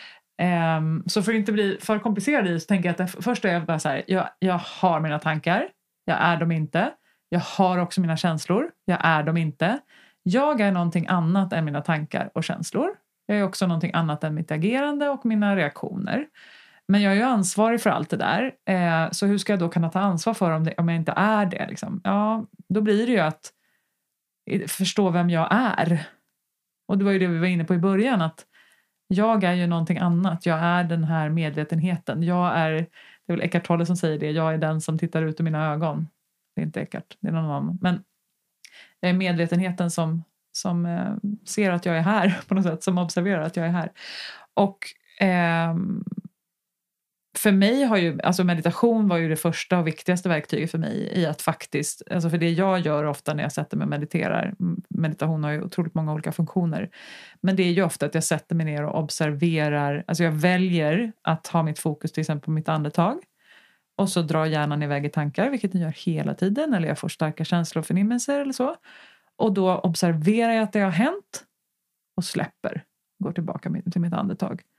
Så för att inte bli för komplicerad i så tänker jag att först är jag bara så här, jag har mina tankar. Jag är dem inte. Jag har också mina känslor. Jag är dem inte. Jag är någonting annat än mina tankar och känslor. Jag är också någonting annat än mitt agerande och mina reaktioner. Men jag är ju ansvarig för allt det där. Så hur ska jag då kunna ta ansvar för om jag inte är det? Liksom? Ja, då blir det ju att förstå vem jag är. Och det var ju det vi var inne på i början. Att jag är ju någonting annat. Jag är den här medvetenheten. Det är väl Eckhart Tolle som säger det. Jag är den som tittar ut ur mina ögon. Det är inte Eckhart, det är någon annan. Men jag är medvetenheten som ser att jag är här på något sätt. Som observerar att jag är här. Och för mig har ju, alltså meditation var ju det första och viktigaste verktyget för mig i att faktiskt, alltså för det jag gör ofta när jag sätter mig och mediterar, meditation har ju otroligt många olika funktioner, men det är ju ofta att jag sätter mig ner och observerar, alltså jag väljer att ha mitt fokus till exempel på mitt andetag och så drar hjärnan iväg i tankar, vilket den gör hela tiden, eller jag får starka känslor och förnimmelser eller så, och då observerar jag att det har hänt och släpper, går tillbaka till mitt andetag.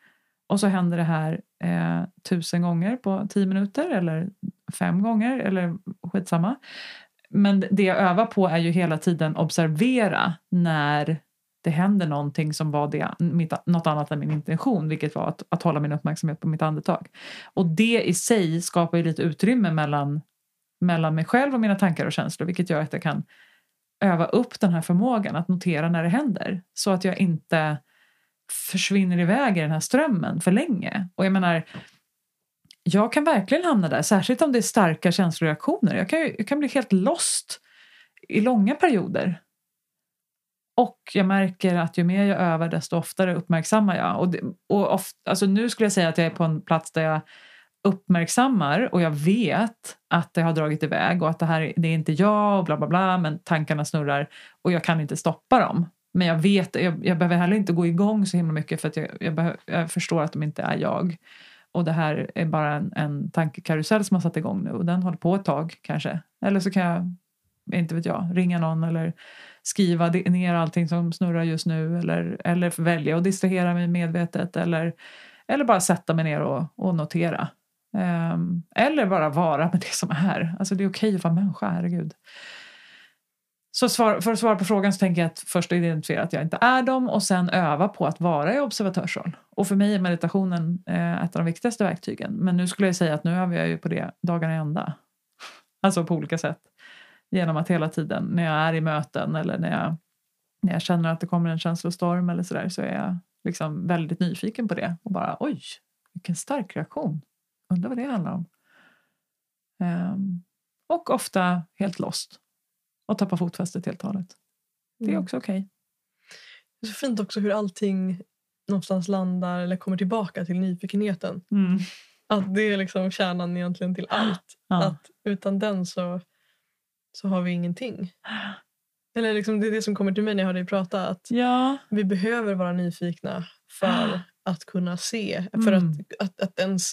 Och så händer det här 1000 gånger på 10 minuter eller 5 gånger eller skitsamma. Men det jag övar på är ju hela tiden observera när det händer någonting som var något annat än min intention, vilket var att hålla min uppmärksamhet på mitt andetag. Och det i sig skapar ju lite utrymme mellan mig själv och mina tankar och känslor, vilket gör att jag kan öva upp den här förmågan att notera när det händer, så att jag inte försvinner iväg i den här strömmen för länge. Och jag menar, jag kan verkligen hamna där, särskilt om det är starka känsloreaktioner. Jag kan bli helt lost i långa perioder. Och jag märker att ju mer jag övar, desto oftare uppmärksammar jag. Alltså nu skulle jag säga att jag är på en plats där jag uppmärksammar och jag vet att det har dragit iväg och att det är inte jag och bla bla bla, men tankarna snurrar och jag kan inte stoppa dem. Men jag vet, jag behöver heller inte gå igång så himla mycket, för att jag förstår att de inte är jag. Och det här är bara en tankekarusell som har satt igång nu, och den håller på ett tag kanske. Eller så kan jag, inte vet jag, ringa någon eller skriva ner allting som snurrar just nu, eller välja och distrahera mig medvetet, eller bara sätta mig ner och notera. Eller bara vara med det som är. Alltså det är okej att vara människa, herregud. Så för att svara på frågan så tänker jag att först identifiera att jag inte är dem, och sen öva på att vara i observatörsroll. Och för mig är meditationen ett av de viktigaste verktygen. Men nu skulle jag säga att nu övar jag ju på det dagarna i ända. Alltså på olika sätt. Genom att hela tiden när jag är i möten eller när jag känner att det kommer en känslostorm eller sådär, så är jag liksom väldigt nyfiken på det. Och bara, oj, vilken stark reaktion. Undrar vad det handlar om. Och ofta helt lost. Och tappa fotfästet helt taget. Det är också okej. Det är så fint också hur allting någonstans landar eller kommer tillbaka till nyfikenheten. Att det är liksom kärnan egentligen till allt. Ja. Att utan den så har vi ingenting. Eller liksom det är det som kommer till mig när jag hör dig prata. Att vi behöver vara nyfikna för att kunna se. För att ens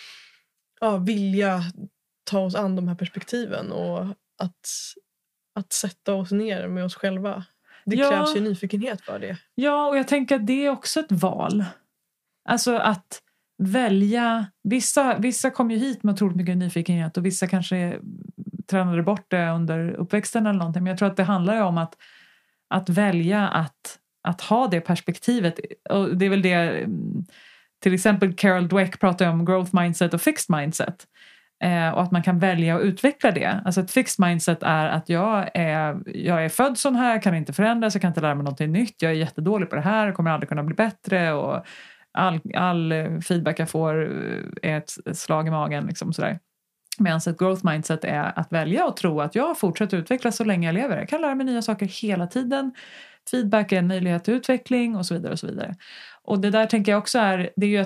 vilja ta oss an de här perspektiven. Och att sätta oss ner med oss själva. Det krävs ju nyfikenhet för det. Ja, och jag tänker att det är också ett val. Alltså att välja. Vissa kom ju hit med otroligt mycket nyfikenhet, och vissa kanske tränade bort det under uppväxten eller någonting. Men jag tror att det handlar ju om att välja att ha det perspektivet. Och det är väl det, till exempel Carol Dweck pratar om growth mindset och fixed mindset. Och att man kan välja att utveckla det. Alltså ett fixed mindset är att jag är född sån här, kan inte förändras, jag kan inte lära mig någonting nytt, jag är jättedålig på det här, kommer aldrig kunna bli bättre, och all feedback jag får är ett slag i magen liksom sådär. Medan ett growth mindset är att välja och tro att jag fortsätter utvecklas så länge jag lever. Jag kan lära mig nya saker hela tiden. Feedback är en möjlighet till utveckling och så vidare och så vidare. Och det där tänker jag också det är ju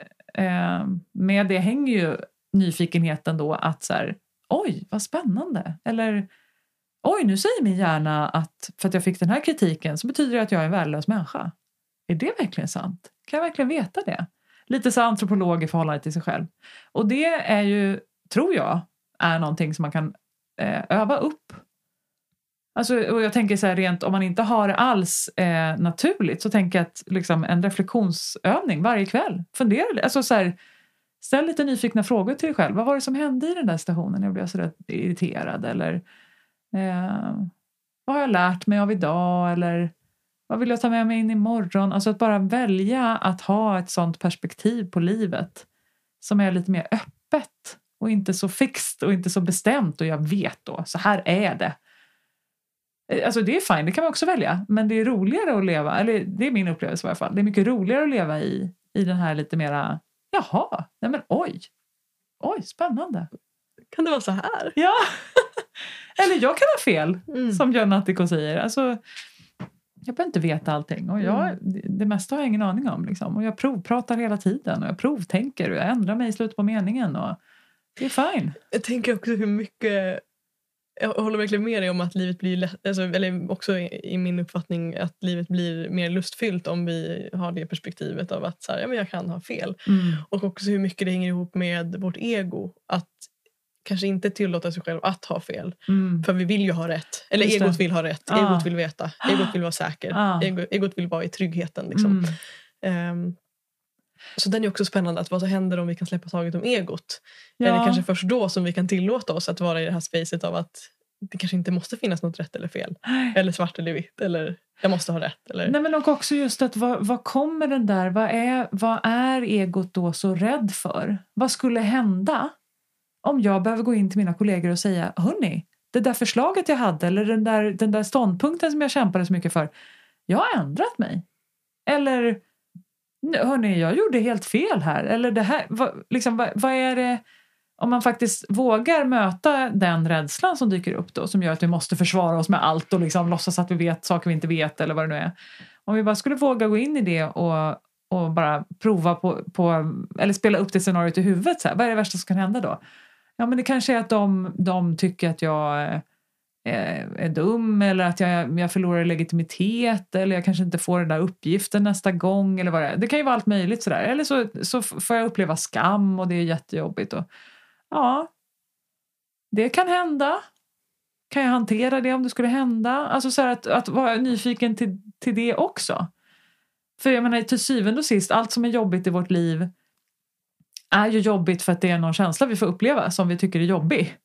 med det hänger ju nyfikenheten då att så här, oj vad spännande, eller oj nu säger min hjärna att för att jag fick den här kritiken så betyder det att jag är en värdelös människa. Är det verkligen sant? Kan jag verkligen veta det? Lite så antropolog i förhållande till sig själv. Och det är ju, tror jag, är någonting som man kan öva upp. Alltså, och jag tänker så här rent, om man inte har det alls naturligt, så tänker jag att liksom en reflektionsövning varje kväll. Fundera, alltså så här, ställ lite nyfikna frågor till dig själv. Vad var det som hände i den där stationen när jag blev så där irriterad? Eller vad har jag lärt mig av idag? Eller vad vill jag ta med mig in imorgon? Alltså att bara välja att ha ett sånt perspektiv på livet som är lite mer öppet och inte så fixt och inte så bestämt, och jag vet då, så här är det. Alltså det är fint, det kan man också välja, men det är roligare att leva, eller det är min upplevelse i alla fall, det är mycket roligare att leva i den här lite mera, jaha, nej men oj, spännande. Kan det vara så här? Ja, eller jag kan ha fel, som John Attiko säger, alltså jag behöver inte veta allting, och det mesta har jag ingen aning om liksom. Och jag provpratar hela tiden, och jag provtänker, och jag ändrar mig i slutet på meningen, och det är fine. Jag tänker också hur mycket, jag håller verkligen med dig om att livet blir eller också i min uppfattning att livet blir mer lustfyllt om vi har det perspektivet av att så här, ja, men jag kan ha fel. Och också hur mycket det hänger ihop med vårt ego, att kanske inte tillåta sig själv att ha fel. För vi vill ju ha rätt. Eller egot vill ha rätt. Egot vill veta. Egot vill vara säker. Egot vill vara i tryggheten. Liksom. Så den är också spännande, att vad så händer om vi kan släppa taget om egot. Ja. Är det kanske först då som vi kan tillåta oss att vara i det här spacet av att det kanske inte måste finnas något rätt eller fel. Eller svart eller vitt. Eller jag måste ha rätt. Eller... Nej, men också just att vad kommer den där? Vad är egot då så rädd för? Vad skulle hända om jag behöver gå in till mina kollegor och säga, hörni, det där förslaget jag hade eller den där ståndpunkten som jag kämpade så mycket för, jag har ändrat mig. Eller, hörni, jag gjorde helt fel här. Eller det här, vad är det, om man faktiskt vågar möta den rädslan som dyker upp då, som gör att vi måste försvara oss med allt och liksom låtsas att vi vet saker vi inte vet eller vad det nu är. Om vi bara skulle våga gå in i det och bara prova på eller spela upp det scenariot i huvudet. Så här, vad är det värsta som kan hända då? Ja, men det kanske är att de tycker att jag är dum eller att jag förlorar legitimitet eller jag kanske inte får den där uppgiften nästa gång eller vad det är. Det kan ju vara allt möjligt sådär. Eller så får jag uppleva skam och det är jättejobbigt. Och, ja, det kan hända. Kan jag hantera det om det skulle hända? Alltså så här att vara nyfiken till det också. För jag menar, till syvende och sist, allt som är jobbigt i vårt liv är ju jobbigt för att det är någon känsla vi får uppleva som vi tycker är jobbig.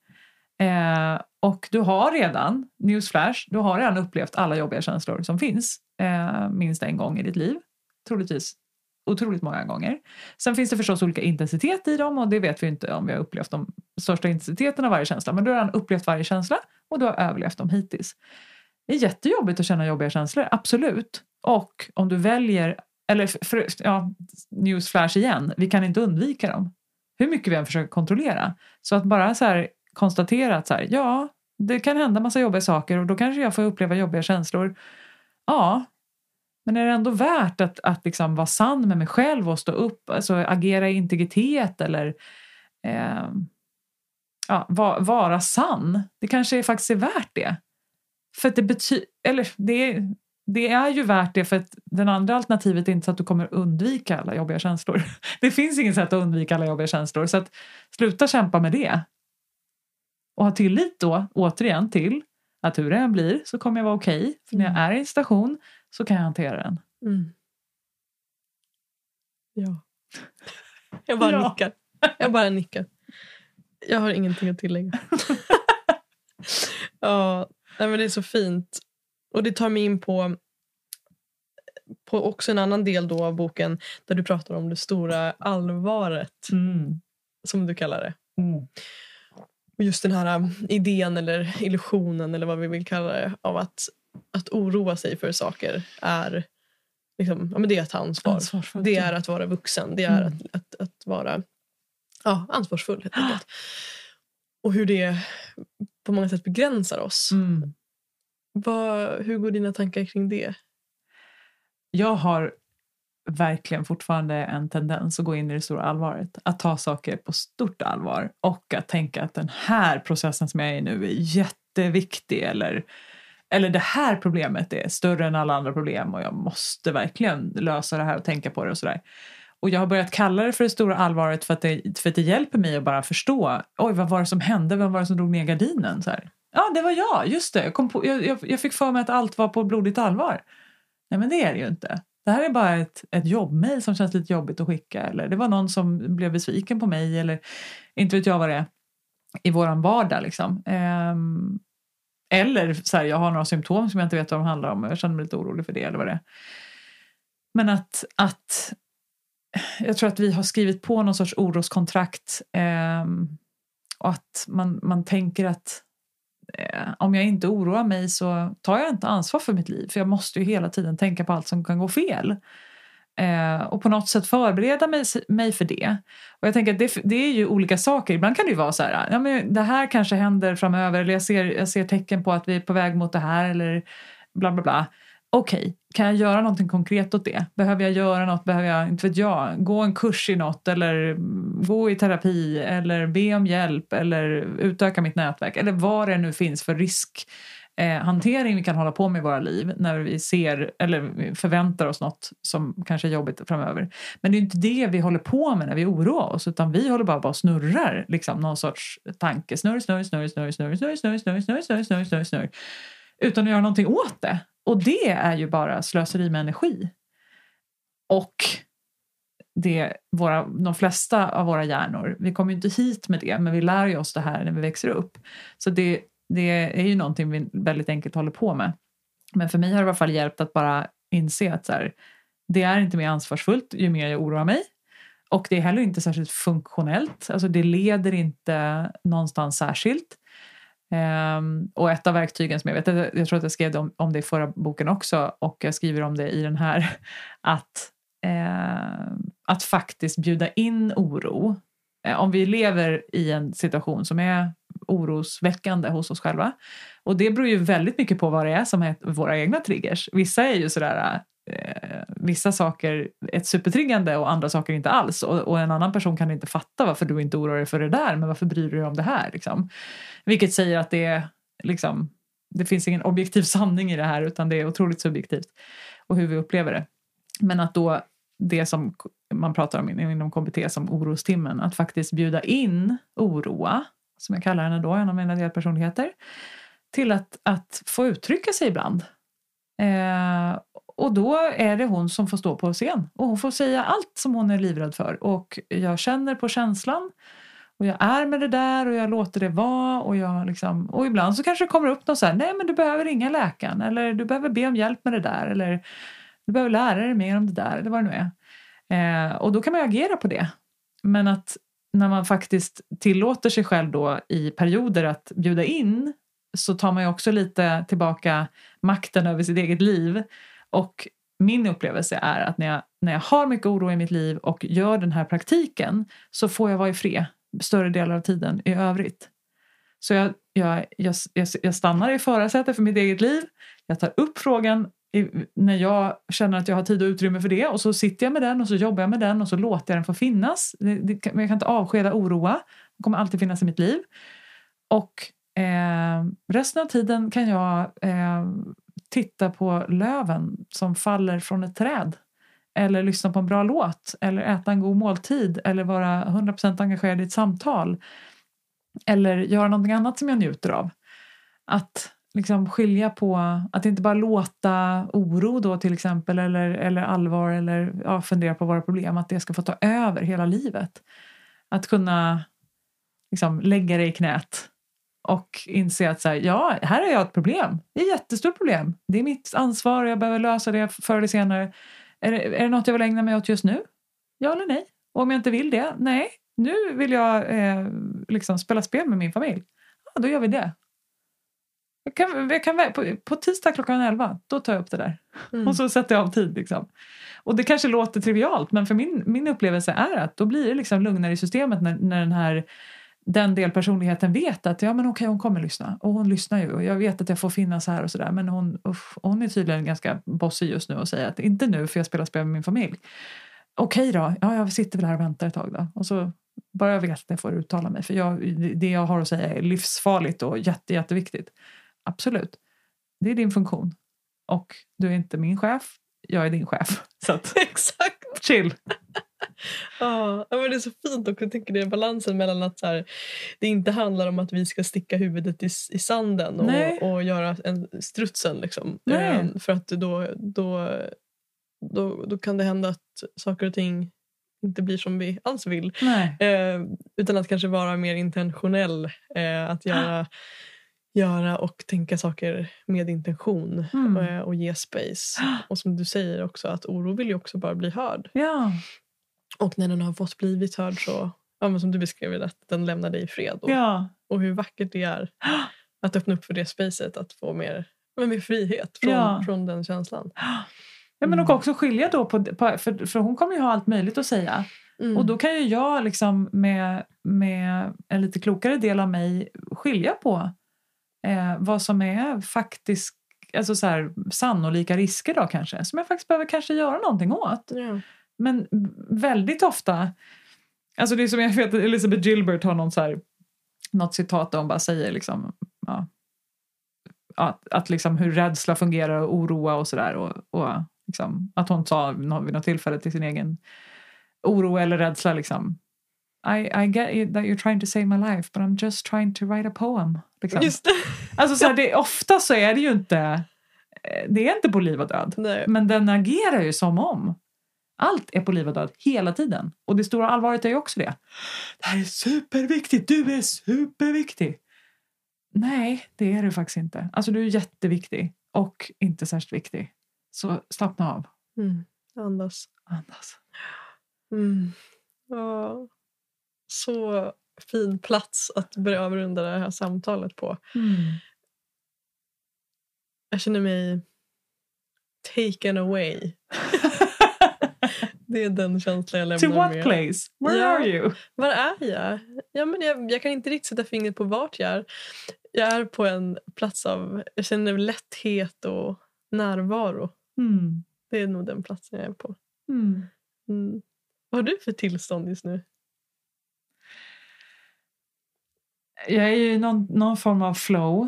Och du har redan, newsflash, du har redan upplevt alla jobbiga känslor som finns minst en gång i ditt liv. Troligtvis otroligt många gånger. Sen finns det förstås olika intensitet i dem och det vet vi inte om vi har upplevt de största intensiteten av varje känsla. Men du har redan upplevt varje känsla och du har överlevt dem hittills. Det är jättejobbigt att känna jobbiga känslor, absolut. Och om du väljer, newsflash igen, vi kan inte undvika dem. Hur mycket vi än försöker kontrollera. Så att bara så här konstatera att så här, ja, det kan hända massa jobbiga saker och då kanske jag får uppleva jobbiga känslor. Ja, men är det ändå värt att liksom vara sann med mig själv och stå upp, alltså agera i integritet eller vara sann? Det kanske faktiskt är värt det. För att det är ju värt det för att den andra alternativet är inte så att du kommer undvika alla jobbiga känslor. Det finns inget sätt att undvika alla jobbiga känslor. Så att sluta kämpa med det. Och ha tillit då, återigen, till att hur det än blir så kommer jag vara okej. För när jag är i en station så kan jag hantera den. Mm. Ja. Jag bara nickar. Jag bara nickar. Jag har ingenting att tillägga. Ja, men det är så fint. Och det tar mig in på också en annan del då av boken där du pratar om det stora allvaret. Som du kallar det. Och just den här idén eller illusionen eller vad vi vill kalla det av att oroa sig för saker är liksom, ja, men det är att ta ansvar. Det är att vara vuxen. Det är att vara ansvarsfull helt enkelt. Och hur det på många sätt begränsar oss. Hur går dina tankar kring det? Jag har verkligen fortfarande en tendens att gå in i det stora allvaret. Att ta saker på stort allvar. Och att tänka att den här processen som jag är i nu är jätteviktig. Eller det här problemet är större än alla andra problem. Och jag måste verkligen lösa det här och tänka på det och sådär. Och jag har börjat kalla det för det stora allvaret för att det hjälper mig att bara förstå. Oj, vad var det som hände? Vem var det som drog ner gardinen? Så här. Ja, det var jag. Just det. Jag fick för mig att allt var på blodigt allvar. Nej, men det är det ju inte. Det här är bara ett jobbmejl som känns lite jobbigt att skicka. Eller det var någon som blev besviken på mig. Eller inte vet jag vad det är. I våran vardag liksom. Eller så här, jag har några symptom som jag inte vet vad de handlar om. Jag känner mig lite orolig för det eller vad det är. Men att jag tror att vi har skrivit på någon sorts oroskontrakt. Och att man tänker att om jag inte oroar mig så tar jag inte ansvar för mitt liv. För jag måste ju hela tiden tänka på allt som kan gå fel. Och på något sätt förbereda mig för det. Och jag tänker att det är ju olika saker. Ibland kan det ju vara så här, ja, men det här kanske händer framöver. Eller jag ser tecken på att vi är på väg mot det här. Eller bla bla bla. Okej, kan jag göra någonting konkret åt det? Behöver jag göra något? Behöver jag, inte vet jag, gå en kurs i något? Eller gå i terapi? Eller be om hjälp? Eller utöka mitt nätverk? Eller vad det nu finns för riskhantering vi kan hålla på med i våra liv. När vi ser eller förväntar oss något som kanske är jobbigt framöver. Men det är inte det vi håller på med när vi oroar oss. Utan vi håller bara snurrar. Liksom, någon sorts tanke. Snurr. Utan att göra någonting åt det. Och det är ju bara slöseri med energi. Och de flesta av våra hjärnor, vi kommer ju inte hit med det, men vi lär ju oss det här när vi växer upp. Så det är ju någonting vi väldigt enkelt håller på med. Men för mig har det i alla fall hjälpt att bara inse att så här, det är inte mer ansvarsfullt ju mer jag oroar mig. Och det är heller inte särskilt funktionellt. Alltså det leder inte någonstans särskilt. Och ett av verktygen som jag tror att jag skrev om det i förra boken också, och jag skriver om det i den här, att faktiskt bjuda in oro. Om vi lever i en situation som är orosväckande hos oss själva, och det beror ju väldigt mycket på vad det är som är våra egna triggers. Vissa är ju sådär, vissa saker är supertriggande och andra saker inte alls, och en annan person kan inte fatta varför du inte oroar dig för det där, men varför bryr du dig om det här liksom? Vilket säger att det är liksom, det finns ingen objektiv sanning i det här, utan det är otroligt subjektivt och hur vi upplever det. Men att då det som man pratar om inom KBT som orostimmen, att faktiskt bjuda in oroa, som jag kallar henne då, en av mina delpersonligheter, till att få uttrycka sig ibland. Och då är det hon som får stå på scen. Och hon får säga allt som hon är livrädd för. Och jag känner på känslan. Och jag är med det där och jag låter det vara. Och, och ibland så kanske det kommer upp något så här: nej, men du behöver ringa läkaren. Eller du behöver be om hjälp med det där. Eller du behöver lära dig mer om det där. Eller vad det nu är. Och då kan man agera på det. Men att när man faktiskt tillåter sig själv då i perioder att bjuda in, så tar man ju också lite tillbaka makten över sitt eget liv. Och min upplevelse är att när jag har mycket oro i mitt liv och gör den här praktiken, så får jag vara i fred större delar av tiden i övrigt. Så jag stannar i förarsätet för mitt eget liv. Jag tar upp frågan när jag känner att jag har tid och utrymme för det, och så sitter jag med den och så jobbar jag med den och så låter jag den få finnas. Jag kan inte avskeda oroa. Den kommer alltid finnas i mitt liv. Och resten av tiden kan jag titta på löven som faller från ett träd, eller lyssna på en bra låt, eller äta en god måltid, eller vara 100% engagerad i ett samtal, eller göra någonting annat som jag njuter av. Att liksom skilja på, att inte bara låta oro då till exempel, eller allvar, eller fundera på våra problem, att det ska få ta över hela livet. Att kunna liksom lägga det i knät och inse att så här, här är jag ett problem. Det är ett jättestort problem. Det är mitt ansvar och jag behöver lösa det förr eller senare. Är det något jag vill ägna mig åt just nu? Ja eller nej? Och om jag inte vill det? Nej, nu vill jag spela spel med min familj. Ja, då gör vi det. Jag kan på tisdag klockan 11, då tar jag upp det där. Och så sätter jag av tid liksom. Och det kanske låter trivialt, men för min upplevelse är att då blir det liksom lugnare i systemet när den delpersonligheten vet att hon kommer lyssna. Och hon lyssnar ju. Och jag vet att jag får finnas här och sådär. Men hon är tydligen ganska bossig just nu och säger att inte nu, för jag spelar spel med min familj. Okej då, jag sitter väl här och väntar ett tag då. Och så bara jag vet att jag får uttala mig. För det jag har att säga är livsfarligt och jätteviktigt. Absolut. Det är din funktion. Och du är inte min chef. Jag är din chef. Så att, exakt. Chill. Ja, men det är så fint och jag tänker det är balansen mellan att så här, det inte handlar om att vi ska sticka huvudet i sanden och göra en strutsen liksom. För att då kan det hända att saker och ting inte blir som vi alls vill. Utan att kanske vara mer intentionell, att göra och tänka saker med intention och ge space. Och som du säger också, att oro vill ju också bara bli hörd. Ja. Och när den har fått blivit hörd så, men som du beskrev, att den lämnar dig i fred. Och hur vackert det är att öppna upp för det spacet, att få mer frihet från den känslan. Ja, men och också skilja då för hon kommer ju ha allt möjligt att säga. Och då kan ju jag liksom med en lite klokare del av mig skilja på vad som är faktiskt, alltså så här, sannolika risker då kanske, som jag faktiskt behöver kanske göra någonting åt. Ja. Men väldigt ofta, alltså det är som jag vet, Elizabeth Gilbert har något citat där hon bara säger liksom, att liksom hur rädsla fungerar och oroa och sådär, och liksom, att hon sa vid något tillfälle till sin egen oro eller rädsla liksom, I get that you're trying to save my life, but I'm just trying to write a poem. Liksom. Just det. Alltså så här, ofta så är det ju inte, det är inte på liv och död. Nej. Men den agerar ju som om Allt är på liv och död hela tiden. Och det stora allvaret är ju också det. Det här är superviktigt. Du är superviktig. Nej, det är du faktiskt inte. Alltså du är jätteviktig. Och inte särskilt viktig. Så slappna av. Andas. Ja. Så fin plats att börja avrunda det här samtalet på. Jag känner mig taken away. Det är den känslan jag lämnar med. To what place? Where are you? Var är jag? Ja, men jag kan inte riktigt sätta fingret på vart jag är. Jag är på en plats av... Jag känner lätthet och närvaro. Det är nog den platsen jag är på. Vad har du för tillstånd just nu? Jag är ju någon form av flow.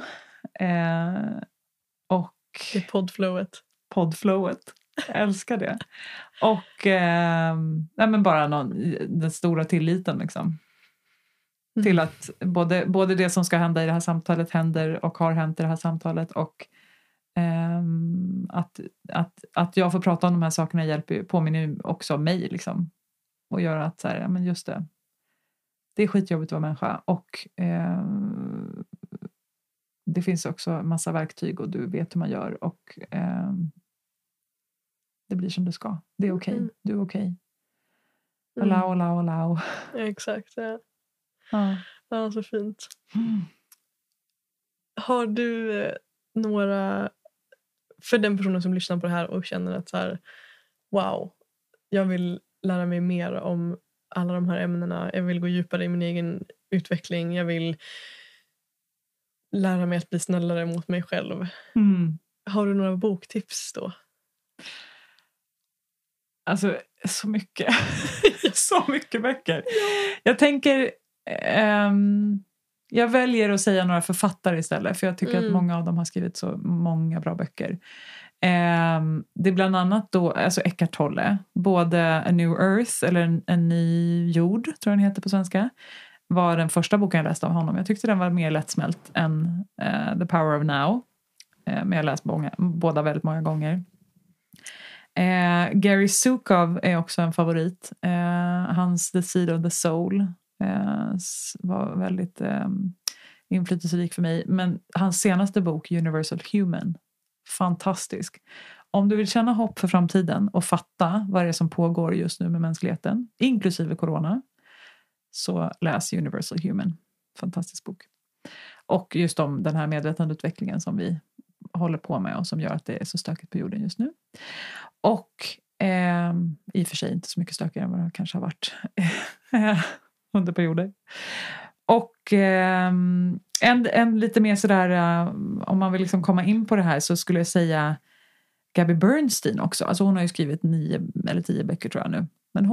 Och det är poddflowet. Jag älskar det. Och men bara den stora tilliten liksom. Till att både det som ska hända i det här samtalet händer och har hänt i det här samtalet. Och att jag får prata om de här sakerna påminner också mig liksom. Och gör att så här, men just det. Det är skitjobbigt att vara människa. Och det finns också en massa verktyg och du vet hur man gör. Och det blir som det ska. Det är okej. Du är okej. Allow. Ja, exakt, ja. Ja, så fint. Har du några... För den personen som lyssnar på det här och känner att så här, wow, jag vill lära mig mer om alla de här ämnena. Jag vill gå djupare i min egen utveckling. Jag vill lära mig att bli snällare mot mig själv. Har du några boktips då? Alltså, så mycket. Så mycket böcker. Jag tänker... jag väljer att säga några författare istället. För jag tycker att många av dem har skrivit så många bra böcker. Det är bland annat då, alltså Eckhart Tolle. Både A New Earth, eller en ny jord, tror jag den heter på svenska. Var den första boken jag läste av honom. Jag tyckte den var mer lättsmält än The Power of Now. Men jag har läst båda väldigt många gånger. Gary Zukov är också en favorit. Hans The Seed of the Soul var väldigt inflytelserik för mig. Men hans senaste bok, Universal Human, fantastisk. Om du vill känna hopp för framtiden och fatta vad det är som pågår just nu med mänskligheten, inklusive corona, så läs Universal Human. Fantastisk bok. Och just om den här medvetandeutvecklingen som vi håller på med och som gör att det är så stökigt på jorden just nu. Och i och för sig inte så mycket stökigare än vad det kanske har varit under perioder. Och en lite mer sådär, om man vill liksom komma in på det här, så skulle jag säga Gabby Bernstein också. Alltså hon har ju skrivit 9 eller 10 böcker tror jag nu. Men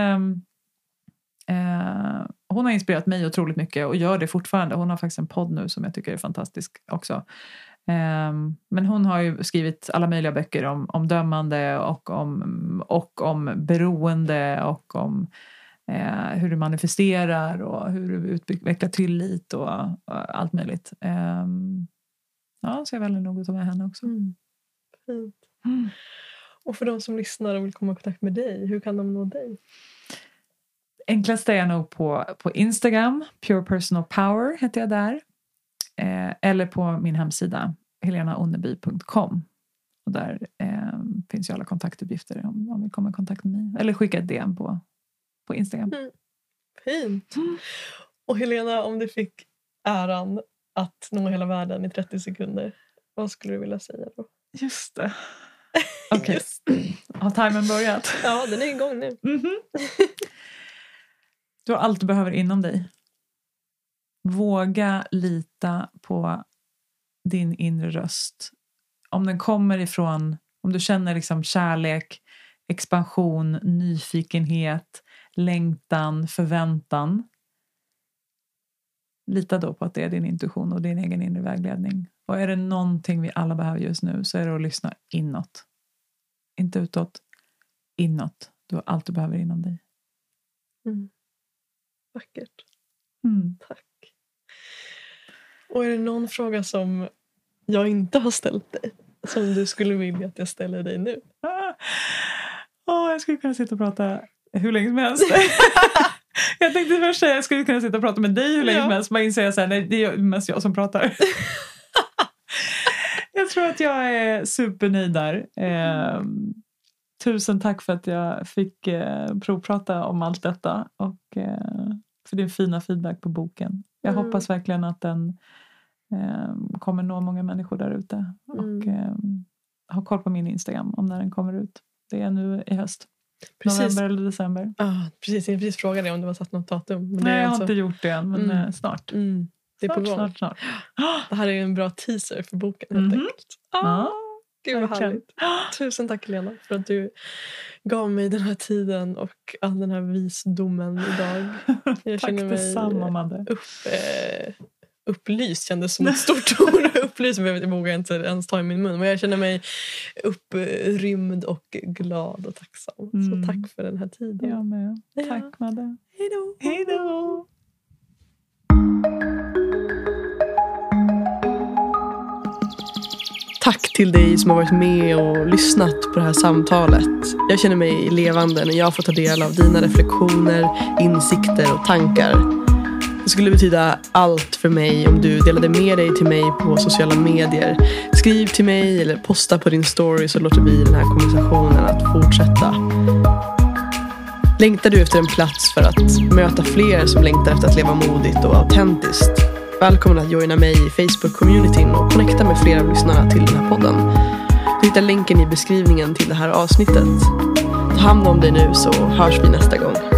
hon har inspirerat mig otroligt mycket och gör det fortfarande. Hon har faktiskt en podd nu som jag tycker är fantastisk också. Men hon har ju skrivit alla möjliga böcker om dömande och om beroende och om hur du manifesterar och hur du utvecklar tillit och allt möjligt. Ja, så jag väljer nog att ta med henne också. Fint. Och för de som lyssnar och vill komma i kontakt med dig, hur kan de nå dig? Enklast är jag nog på Instagram. Pure Personal Power heter jag där. Eller på min hemsida helenaonneby.com. Och där finns ju alla kontaktuppgifter om man vill komma i kontakt med mig. Eller skicka ett DM på Instagram. Fint. Och Helena, om du fick äran att nå hela världen i 30 sekunder, vad skulle du vilja säga då? Just det. Okej. Har timern börjat? Ja, den är igång nu. Du har allt du behöver inom dig. Våga lita på din inre röst. Om den kommer ifrån, om du känner liksom kärlek, expansion, nyfikenhet, längtan, förväntan. Lita då på att det är din intuition och din egen inre vägledning. Och är det någonting vi alla behöver just nu, så är det att lyssna inåt. Inte utåt, inåt. Du har allt du behöver inom dig. Vackert. Tack. Och är det någon fråga som jag inte har ställt dig, som du skulle vilja att jag ställer dig nu? Jag skulle kunna sitta och prata hur länge som helst. Jag tänkte först säga jag skulle kunna sitta och prata med dig hur länge som helst. Man inser jag så här, nej, det är mest jag som pratar. Jag tror att jag är supernöjd där. Tusen tack för att jag fick provprata om allt detta. Och för din fina feedback på boken. Jag hoppas verkligen att den kommer nå många människor där ute. Och ha koll på min Instagram om när den kommer ut. Det är nu i höst. Precis. November eller december. Precis, jag precis frågade om du har satt något datum. Men nej, jag har inte gjort det än, men snart. Det är på gång. Snart. Det här är en bra teaser för boken helt enkelt. Gud vad härligt. Tusen tack Helena för att du gav mig den här tiden och all den här visdomen idag. Jag känner mig upplyst, kändes som ett stort ord. Upplyst vågar jag inte ens ta i min mun. Men jag känner mig upprymd och glad och tacksam. Så tack för den här tiden. Jag med. Tack Madde. Hej då. Tack till dig som har varit med och lyssnat på det här samtalet. Jag känner mig levande när jag får ta del av dina reflektioner, insikter och tankar. Det skulle betyda allt för mig om du delade med dig till mig på sociala medier. Skriv till mig eller posta på din story så låter vi den här konversationen att fortsätta. Längtar du efter en plats för att möta fler som längtar efter att leva modigt och autentiskt? Välkommen att joina mig i Facebook-communityn och connecta med flera av lyssnarna till den här podden. Du hittar länken i beskrivningen till det här avsnittet. Ta hand om dig nu så hörs vi nästa gång.